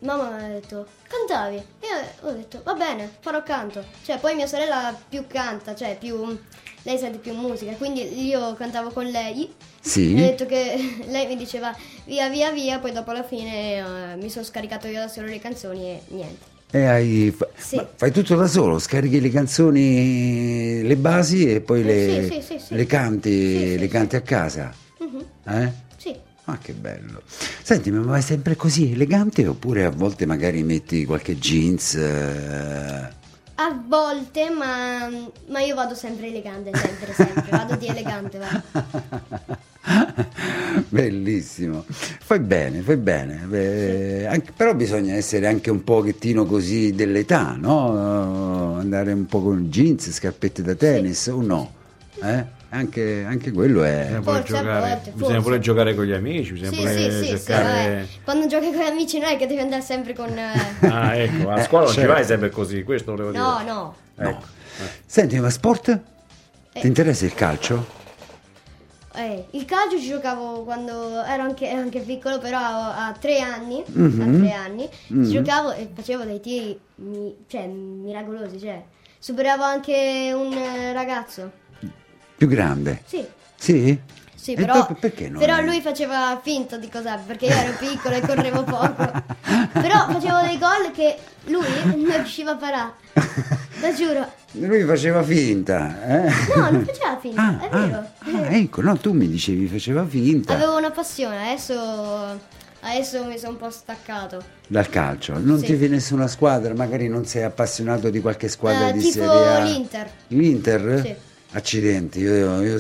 mamma mi ha detto, cantavi? E io ho detto, va bene, farò canto. Cioè, poi mia sorella più canta, cioè lei sente più musica, quindi io cantavo con lei. Sì. E ho detto che lei mi diceva via via via, poi dopo alla fine mi sono scaricato io da solo le canzoni e niente. E Sì. ma fai tutto da solo, scarichi le canzoni, le basi e poi sì. le canti, Sì, le canti a casa. Sì. Ah, che bello. Senti, ma vai sempre così elegante oppure a volte magari metti qualche jeans? A volte, ma io vado sempre elegante, sempre. Vado di elegante, va. Bellissimo, fai bene. Però bisogna essere anche un pochettino così dell'età, no? Andare un po' con jeans, scarpette da tennis o no? Anche quello è. Bisogna pure giocare con gli amici, bisogna pure cercare. Quando giochi con gli amici non è che devi andare sempre con. Ecco, a scuola non ci vai sempre così, questo volevo dire. No. Ecco. Senti, ma sport? Ti interessa il calcio? Il calcio ci giocavo quando ero anche piccolo, però a 3 anni. Ci giocavo e facevo dei tiri miracolosi, cioè superavo anche un ragazzo. Più grande? Sì. Sì? Sì, però, perché non però lui faceva finta di cos'è, perché io ero piccolo e correvo poco. Però facevo dei gol che lui non riusciva a parare. Lo giuro. Lui faceva finta, No, non faceva finta, è vero. Ecco, no, tu mi dicevi faceva finta. Avevo una passione, adesso mi sono un po' staccato. Dal calcio? Non Sì. tifi nessuna squadra? Magari non sei appassionato di qualche squadra di tipo Serie A? l'Inter. L'Inter? Sì. Accidenti, io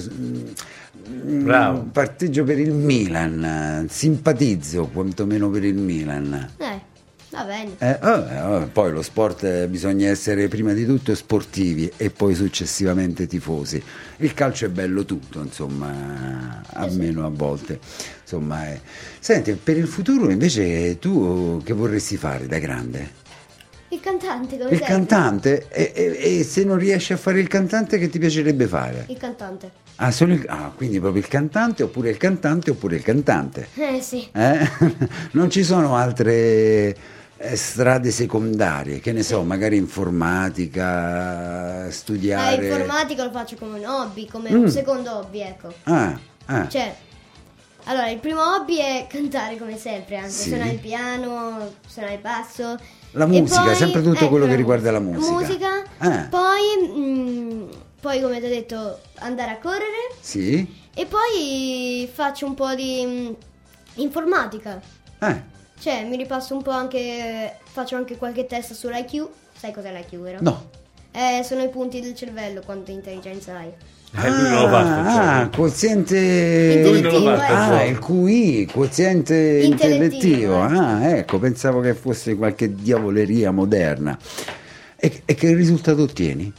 Bravo. parteggio per il Milan, simpatizzo quantomeno per il Milan. Va bene. Poi lo sport bisogna essere prima di tutto sportivi e poi successivamente tifosi. Il calcio è bello tutto, insomma, almeno a volte. Insomma, Senti, per il futuro invece tu che vorresti fare da grande? Il cantante, come Il sempre. cantante? E se non riesci a fare il cantante, che ti piacerebbe fare? Il cantante. Quindi proprio il cantante oppure il cantante oppure il cantante? Sì. Non ci sono altre strade secondarie, che ne so, magari informatica, studiare. Informatica lo faccio come un hobby, come un secondo hobby, ecco. Cioè, allora, il primo hobby è cantare come sempre, anche Sì. suonare il piano, suonare il basso. La E musica, poi, sempre tutto quello che riguarda la musica. Musica. Poi, come ti ho detto, andare a correre. Sì? E poi faccio un po' di informatica. Cioè, mi ripasso un po' anche, faccio anche qualche test sull'IQ. Sai cos'è l'IQ, vero? No. Sono i punti del cervello, quanta intelligenza hai. Lui non lo fa, quoziente Intellettivo, il QI, quoziente intellettivo. Intellettivo, Ecco, pensavo che fosse qualche diavoleria moderna. E che risultato ottieni?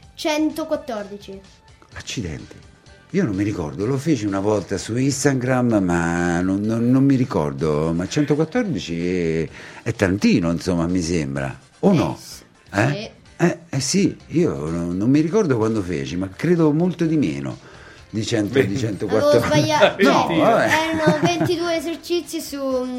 114. Accidenti. Io non mi ricordo, lo feci una volta su Instagram, ma non mi ricordo. Ma 114 è tantino, insomma, mi sembra. O no? Sì. Sì, io non mi ricordo quando feci, ma credo molto di meno di 114. Avevo sbagliato. No, vabbè. Erano 22 esercizi su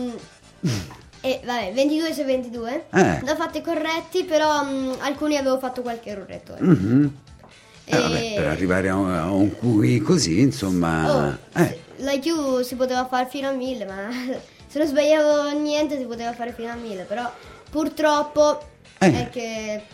22 su 22. L'ho fatti corretti, però alcuni avevo fatto qualche erroretto. Vabbè, per arrivare a un QI così, insomma. L'IQ si poteva fare fino a 1000, ma se non sbagliavo niente si poteva fare fino a 1000, però purtroppo è che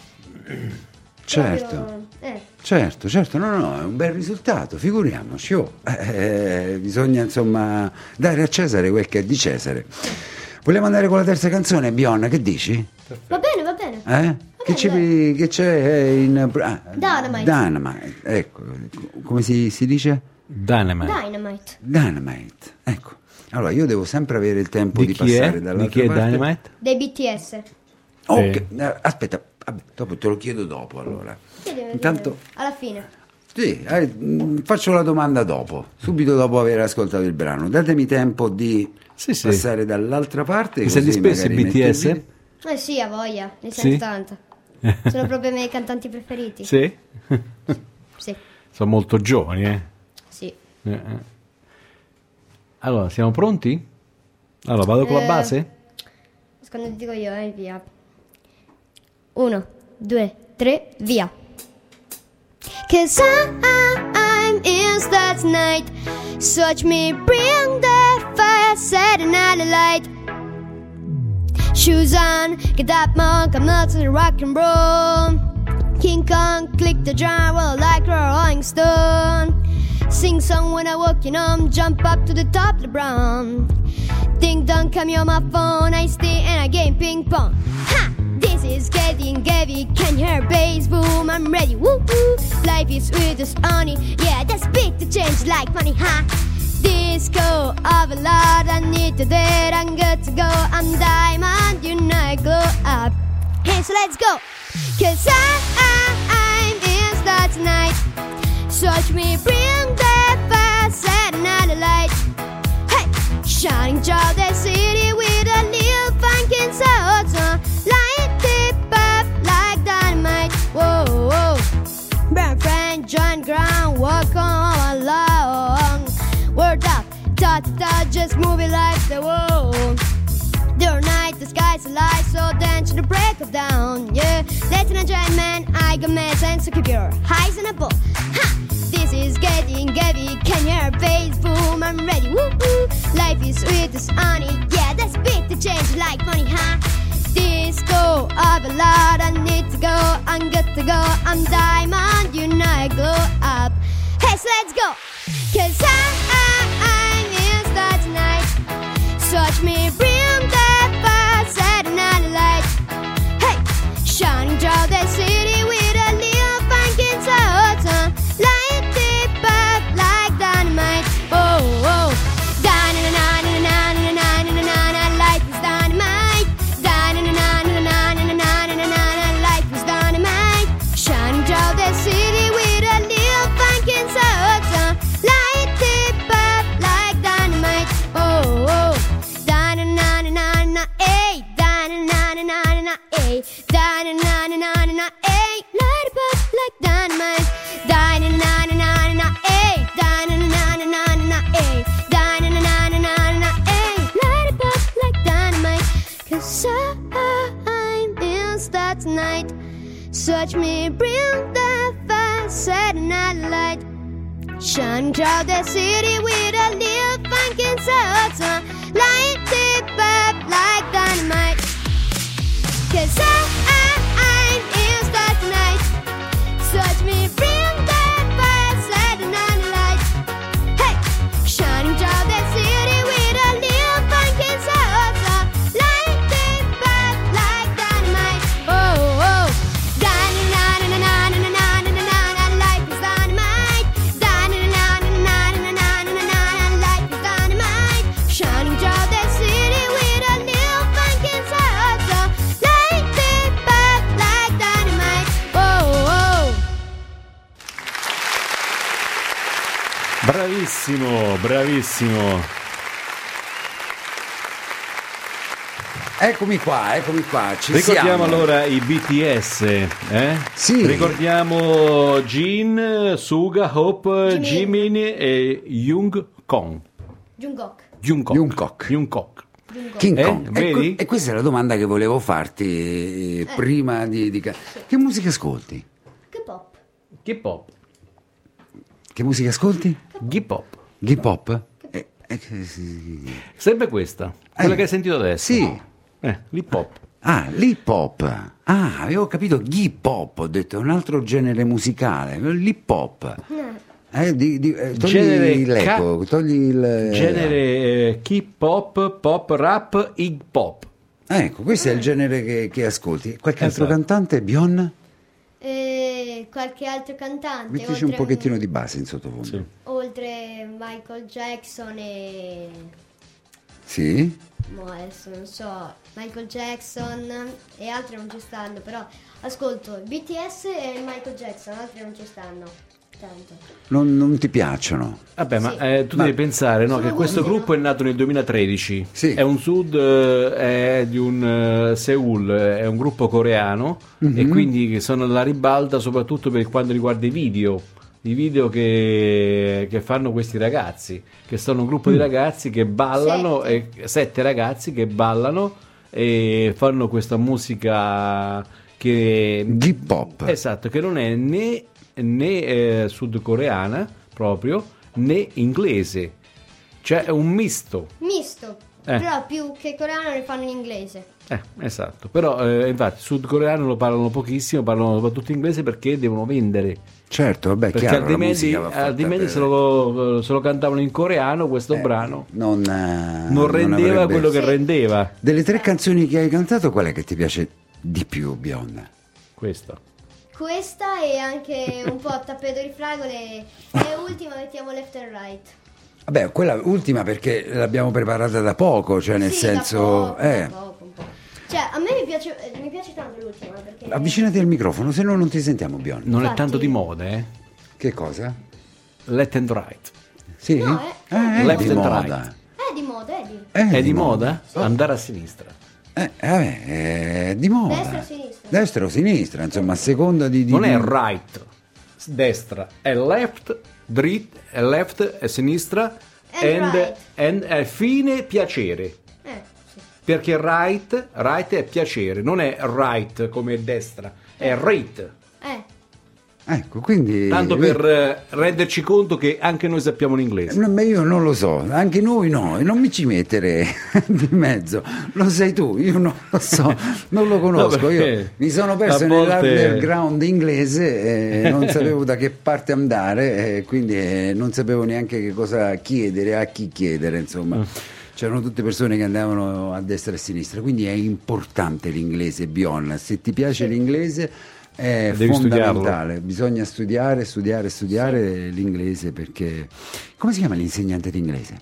Certo, certo, no, è un bel risultato, figuriamoci. Bisogna insomma dare a Cesare quel che è di Cesare. Vogliamo andare con la terza canzone, Bionna, che dici? Va bene. Che c'è in Dynamite. Ecco, come si dice? Dynamite. Dynamite, ecco. Allora, io devo sempre avere il tempo di passare dall'altra parte. Di chi è parte. Dynamite? Dei BTS. Aspetta, dopo te lo chiedo dopo, allora. Intanto alla fine. Sì, faccio la domanda dopo, subito dopo aver ascoltato il brano. Datemi tempo di passare dall'altra parte. Mi senti spesso i BTS? Sì, a voglia, ne sento tanta. Sono proprio i miei cantanti preferiti. Sì? Sì. Sono molto giovani, Sì. Allora, siamo pronti? Allora, vado con la base? quando dico io, via. 1, 2, 3, via. 'Cause I'm in that night. So watch me bring the fire, set another light. Shoes on, get up, monk, I'm not to the rock and roll. King Kong, click the drum, well, like a Rolling Stone. Sing song when I walking home, jump up to the top of the brown. Ding dong, come on my phone, I stay and I game ping pong. Ha! This is getting heavy, can you hear bass boom? I'm ready, woo woo. Life is sweet as honey, yeah, that's big to change like money, ha! Disco of a lot, I need to date, I'm good to go. I'm diamond, you know I glow up. Hey, so let's go. 'Cause I'm in star tonight. So watch me bring the fire, set another light. Hey, shining through the city with a little funk inside. Light it up like dynamite. Whoa, whoa. Burn friend, join ground, walk on along. Word up, ta ta, just move it like the wall. Day or night, the sky's alive, so dance to the break of dawn. Yeah, that's an enjoyment, I got my sense, so keep your eyes on a ball. Ha! This is getting heavy, can you hear bass boom? I'm ready, woo woo. Life is sweet as honey, yeah, that's big to change like money, huh? Disco of a lot, I need to go, I'm good to go. I'm diamond, you know I glow up. Hey, so let's go. 'Cause I'm in star tonight. So watch me bring the fire, set another light. Hey, shining through the city with a little funk inside. Light it up like dynamite. Oh, oh. Da-na-na-na-na-na-na-na-na-na-na. Life is dynamite. Da-na-na-na-na-na-na-na-na-na. Life is dynamite. Shining through the city with a little funk inside. Light it up like dynamite. Oh, oh. Da-na-na-na-na-na, eh. Da-na-na-na-na-na, eh. Da-na-na-na-na-na, eh. Light it up like dynamite. Da-na-na-na-na-na, eh. Da-na-na-na-na-na, eh. Da-na-na-na-na-na, eh. Light it up like dynamite. 'Cause I'm in star tonight. So watch me bring the fire, set another light. Shine through the city with a little funk inside. Light it up like dynamite. 'Cause I'm in star tonight. So watch me bring the fire, set another light. Hey, shining through the city with a little funk inside. Light it up like dynamite. Oh, oh. Da-na-na-na-na-na-na-na-na-na-na. Life is dynamite. Da-na-na-na-na-na-na-na-na. Life is dynamite. Shining through the city with a little funk inside. Light it up like dynamite. Oh, oh. Bravissimo, bravissimo. Eccomi qua, ci Ricordiamo siamo. allora i BTS, eh? Sì. Ricordiamo Jin, Suga, Hope, Jimin e Jungkook. Jungkook. King Eh, Kong. vedi? E questa è la domanda che volevo farti prima di... Che musica ascolti? K-pop. K-pop. Che musica ascolti? K-pop. K-pop? Sempre questa, quella che hai sentito adesso. Sì. L'hip hop. Ah, l'hip hop. Ah, avevo capito hip hop, ho detto è un altro genere musicale, l'hip hop. Togli Genere l'eco, togli il... Genere hip hop, pop, rap, hip hop. Ecco, questo è il genere che ascolti. Qualche altro Esatto. cantante, Bion? Qualche altro cantante. Mettici un pochettino di base in sottofondo. Sì. Oltre Michael Jackson e... Sì? No, adesso non so, Michael Jackson e altri non ci stanno, però ascolto BTS e Michael Jackson, altri non ci stanno tanto. Non ti piacciono? Vabbè, ma Sì. tu devi pensare, no, Sono che questo buoni, gruppo è nato nel 2013. Sì. È un sud è di un Seoul, è un gruppo coreano e quindi che sono alla ribalta soprattutto per quanto riguarda i video che fanno questi ragazzi, che sono un gruppo di ragazzi che ballano, 7 ragazzi che ballano e fanno questa musica che J-pop. Esatto, che non è né sudcoreana proprio né inglese, cioè è un misto. Però più che coreano le fanno in inglese. Esatto, però infatti sudcoreano lo parlano pochissimo, parlano soprattutto inglese perché devono vendere. Certo, vabbè, perché chiaro, altrimenti se lo cantavano in coreano questo brano non rendeva avrebbe... quello che rendeva. Delle 3 canzoni che hai cantato, qual è che ti piace di più, Bionda? Questa e anche un po' Tappeto di Fragole, e ultima mettiamo Left and Right. Vabbè, quella ultima perché l'abbiamo preparata da poco, cioè nel senso... Da poco, un po'. Cioè, a me mi piace tanto l'ultima perché... Avvicinati al microfono, se no non ti sentiamo, Bionda. Non è tanto di moda, Che cosa? Left and Right. Sì? No, è Left di and moda. Right. È di moda, È di moda? Sì. Andare a sinistra. È di moda. Destra o sinistra? Destra o sinistra, insomma, a seconda di... Non è right, destra, è left, dritto, è left, è sinistra, and è fine piacere. Sì. Perché right è piacere, non è right come destra, è right. Ecco, quindi... Tanto per renderci conto che anche noi sappiamo l'inglese. Ma io non lo so, anche noi no, non mi ci mettere di mezzo, lo sai tu, io non lo so, non lo conosco, io mi sono perso nell'underground inglese e non sapevo da che parte andare, e quindi non sapevo neanche che cosa chiedere, a chi chiedere, insomma. C'erano tutte persone che andavano a destra e a sinistra, quindi è importante l'inglese, Bion, se ti piace l'inglese... È devi fondamentale, studiarlo. Bisogna studiare l'inglese, perché come si chiama l'insegnante d'inglese?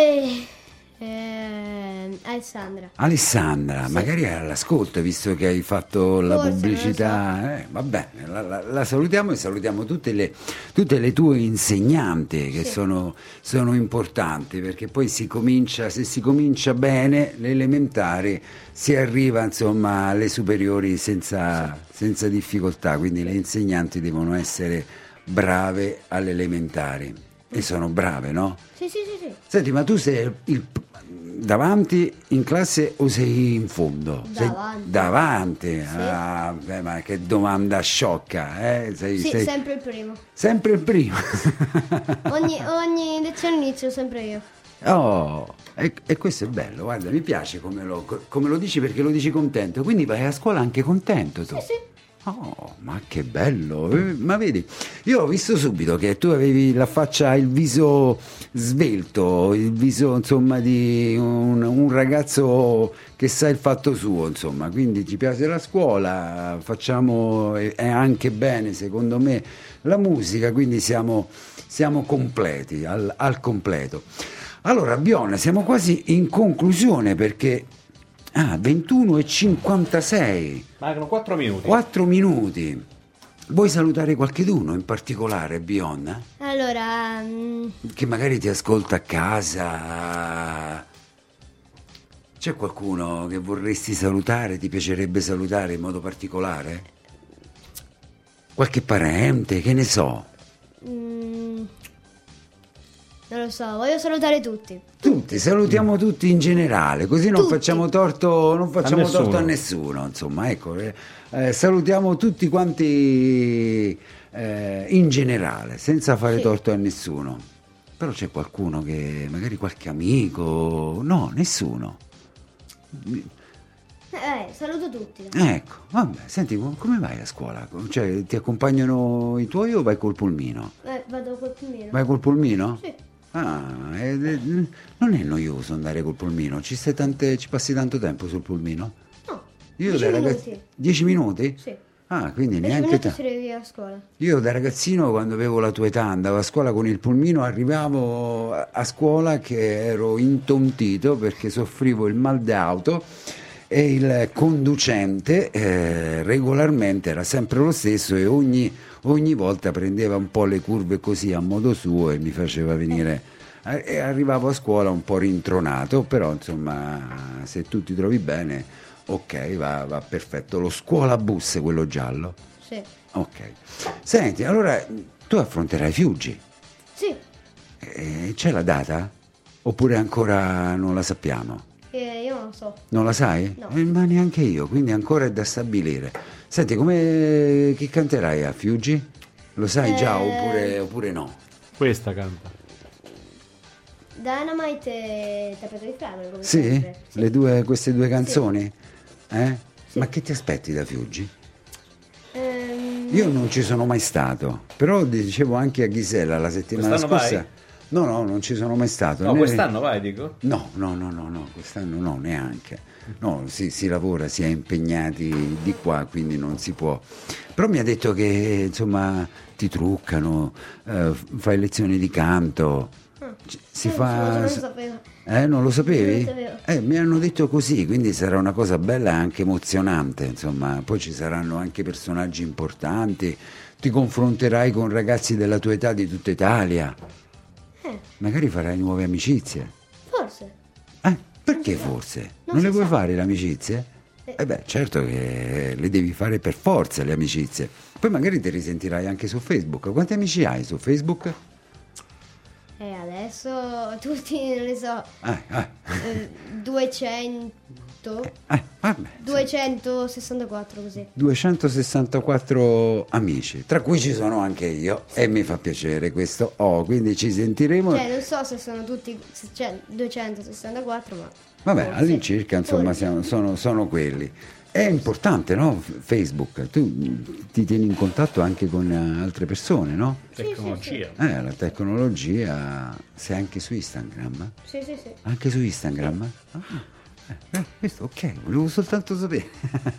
Alessandra, sì. Magari è all'ascolto, visto che hai fatto la pubblicità. Va bene, la salutiamo, e salutiamo tutte le tue insegnanti che sono importanti, perché poi se si comincia bene le elementari, si arriva insomma alle superiori senza difficoltà, quindi le insegnanti devono essere brave alle elementari, e sono brave, no? Sì. Senti, ma tu sei davanti in classe o sei in fondo? Davanti. Sì. Ma che domanda sciocca, eh? Sei sempre il primo. Sempre il primo. ogni lezione inizio sempre io. Oh, e questo è bello, guarda, mi piace come lo dici, perché lo dici contento, quindi vai a scuola anche contento tu. Sì. Oh, ma che bello, ma vedi, io ho visto subito che tu avevi la faccia, il viso svelto, il viso insomma di un ragazzo che sa il fatto suo, insomma, quindi ti piace la scuola, facciamo anche bene secondo me la musica, quindi siamo completi, al completo. Allora Bion, siamo quasi in conclusione, perché 21:56. Mancano 4 minuti. 4 minuti. Vuoi salutare qualcheduno in particolare, Bion? Allora... Che magari ti ascolta a casa. C'è qualcuno che vorresti salutare, ti piacerebbe salutare in modo particolare? Qualche parente, che ne so? Non lo so, voglio salutare tutti. Tutti, salutiamo tutti in generale, così non facciamo torto a nessuno, insomma, ecco, salutiamo tutti quanti in generale, senza fare torto a nessuno. Però c'è qualcuno che, magari qualche amico, no, nessuno. Saluto tutti. Ecco, vabbè, senti, come vai a scuola? Cioè, ti accompagnano i tuoi o vai col pulmino? Vado col pulmino. Vai col pulmino? Sì. Non è noioso andare col pulmino? Ci passi tanto tempo sul pulmino? No, io 10 minuti. 10 minuti? Sì. Quindi 10 neanche minuti si arrivi a scuola. Io da ragazzino, quando avevo la tua età, andavo a scuola con il pulmino, arrivavo a scuola che ero intontito perché soffrivo il mal d'auto, e il conducente regolarmente era sempre lo stesso, e ogni volta prendeva un po' le curve così a modo suo e mi faceva venire, e arrivavo a scuola un po' rintronato, però insomma, se tu ti trovi bene, ok, va perfetto. Lo scuolabus, quello giallo? Sì. Ok. Senti, allora tu affronterai Fiuggi? Sì. C'è la data? Oppure ancora non la sappiamo? Io non lo so. Non la sai? No. Ma neanche io, quindi ancora è da stabilire. Senti, chi canterai a Fiuggi? Lo sai già oppure no? Questa canta. Dynamite e Tappeto di Ferro. Come Sì? sempre. Sì. Queste due canzoni? Sì. Ma che ti aspetti da Fiuggi? Io non ci sono mai stato, però dicevo anche a Gisella la settimana Quest'anno scorsa. vai? No, non ci sono mai stato. No, quest'anno vai, dico? No, quest'anno no, neanche. No, si lavora, si è impegnati di qua, quindi non si può. Però mi ha detto che, insomma, ti truccano, fai lezioni di canto, si fa... Non lo sapevo. Non lo sapevi? Non lo sapevo. Mi hanno detto così, quindi sarà una cosa bella e anche emozionante, insomma. Poi ci saranno anche personaggi importanti, ti confronterai con ragazzi della tua età di tutta Italia. Magari farai nuove amicizie. Forse. Perché forse? Non le vuoi fare le amicizie? Certo che le devi fare per forza le amicizie. Poi magari ti risentirai anche su Facebook. Quanti amici hai su Facebook? Adesso tutti, non ne so, 200. Vabbè. 264 così. 264 amici, tra cui ci sono anche io e mi fa piacere questo. Quindi ci sentiremo. Cioè, non so se sono tutti 264, ma Vabbè, forse. all'incirca, insomma, Forse. sono quelli. È importante, no? Facebook, tu ti tieni in contatto anche con altre persone, no? Tecnologia. La tecnologia, sei anche su Instagram? Sì. Anche su Instagram? Questo ok, volevo soltanto sapere.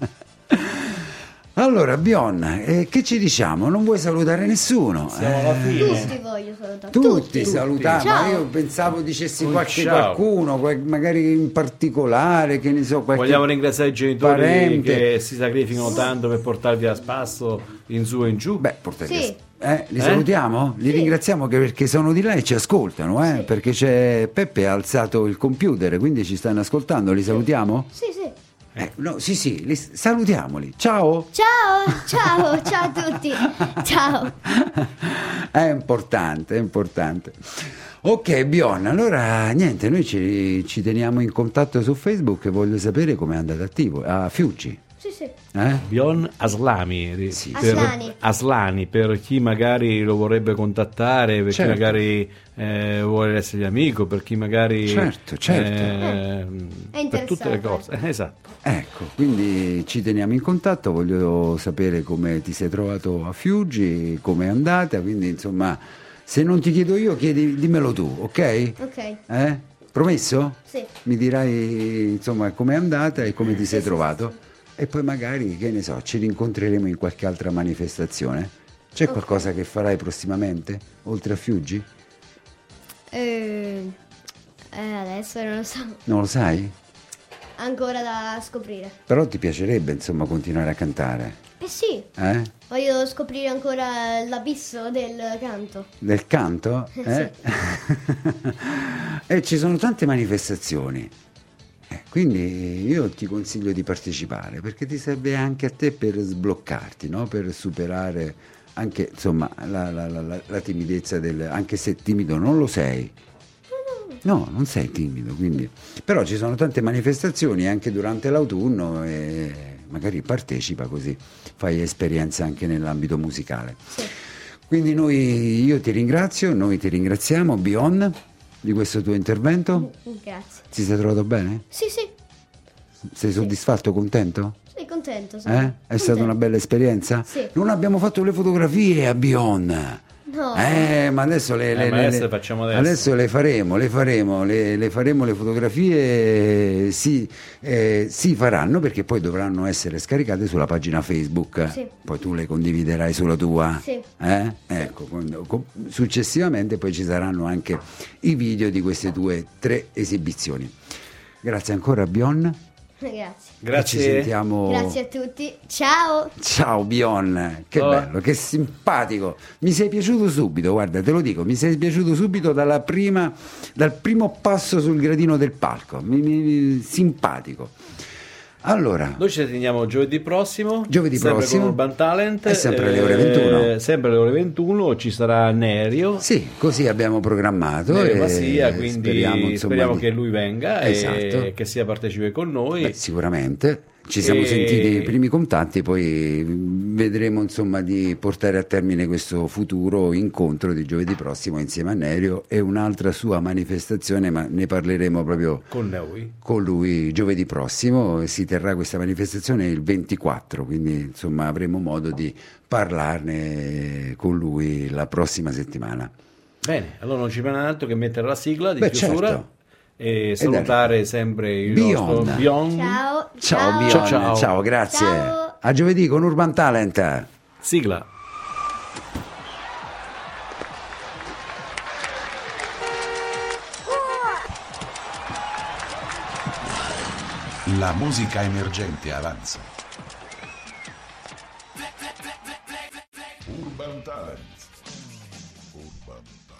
Allora, Bion, che ci diciamo? Non vuoi salutare nessuno? Siamo alla fine. Tutti voglio salutare. Tutti salutare, ma Ciao. io pensavo dicessi Un qualche ciao. qualcuno, magari in particolare, che ne so, qualche Vogliamo ringraziare i genitori parente. che si sacrificano tanto per portarvi a spasso in su e in giù. Portati Sì. li salutiamo? Li Sì. ringraziamo perché sono di là e ci ascoltano, Sì. perché Peppe ha alzato il computer, quindi ci stanno ascoltando, li salutiamo? Sì. No, sì, salutiamoli. Ciao! Ciao a tutti. Ciao. È importante. Ok, Bion, allora niente, noi ci teniamo in contatto su Facebook e voglio sapere come è andato attivo. A Fiuggi. Sì. Bion Aslami, Sì. Aslani, per chi magari lo vorrebbe contattare, per Certo. chi magari vuole essere amico, per chi magari Certo. È per tutte le interessato, cose. Esatto. Ecco, quindi ci teniamo in contatto, voglio sapere come ti sei trovato a Fiuggi, come è andata, quindi insomma, se non ti chiedo io, dimmelo tu, ok? Ok. Promesso? Sì. Mi dirai insomma com'è andata e come ti sei trovato e poi magari, che ne so, ci rincontreremo in qualche altra manifestazione. C'è qualcosa che farai prossimamente, oltre a Fiuggi? Adesso non lo so. Non lo sai? Ancora da scoprire. Però ti piacerebbe insomma continuare a cantare, Sì. Voglio scoprire ancora l'abisso del canto. Del canto? E ci sono tante manifestazioni. Quindi io ti consiglio di partecipare perché ti serve anche a te per sbloccarti, no? Per superare anche insomma la timidezza anche se timido non lo sei. No, non sei timido, quindi. Però ci sono tante manifestazioni anche durante l'autunno e magari partecipa così fai esperienza anche nell'ambito musicale. Sì. Quindi io ti ringrazio, noi ti ringraziamo, Bion, di questo tuo intervento. Grazie. Ti sei trovato bene? Sì. Sei soddisfatto, contento? Sei contento? È stata una bella esperienza? Sì. Non abbiamo fatto le fotografie a Bion. No. Ma adesso adesso le facciamo adesso. Adesso le faremo le fotografie, si faranno perché poi dovranno essere scaricate sulla pagina Facebook. Sì. Poi tu le condividerai sulla tua. Sì. Ecco, successivamente poi ci saranno anche i video di queste tue 3 esibizioni. Grazie ancora Bion. Grazie. Ci sentiamo. Grazie a tutti. Ciao. Ciao Bion, che bello, che simpatico. Mi sei piaciuto subito, guarda, te lo dico, mi sei piaciuto subito dal primo passo sul gradino del palco. Simpatico. Allora, noi ci sentiamo giovedì prossimo sempre con Urban Talent, e sempre alle ore 21. Sempre alle ore 21 ci sarà Nerio. Sì, così abbiamo programmato. Masia, quindi speriamo che lui venga, esatto, e che sia partecipe con noi. Beh, sicuramente. Ci siamo sentiti i primi contatti, poi vedremo insomma di portare a termine questo futuro incontro di giovedì prossimo insieme a Nerio e un'altra sua manifestazione, ma ne parleremo proprio con lui giovedì prossimo. Si terrà questa manifestazione il 24, quindi insomma avremo modo di parlarne con lui la prossima settimana. Bene, allora non ci rimane altro che mettere la sigla di chiusura. Certo. E salutare sempre il nostro Beyond. Ciao Beyond, ciao, grazie. Ciao. A giovedì con Urban Talent. Sigla. La musica emergente avanza. Urban Talent.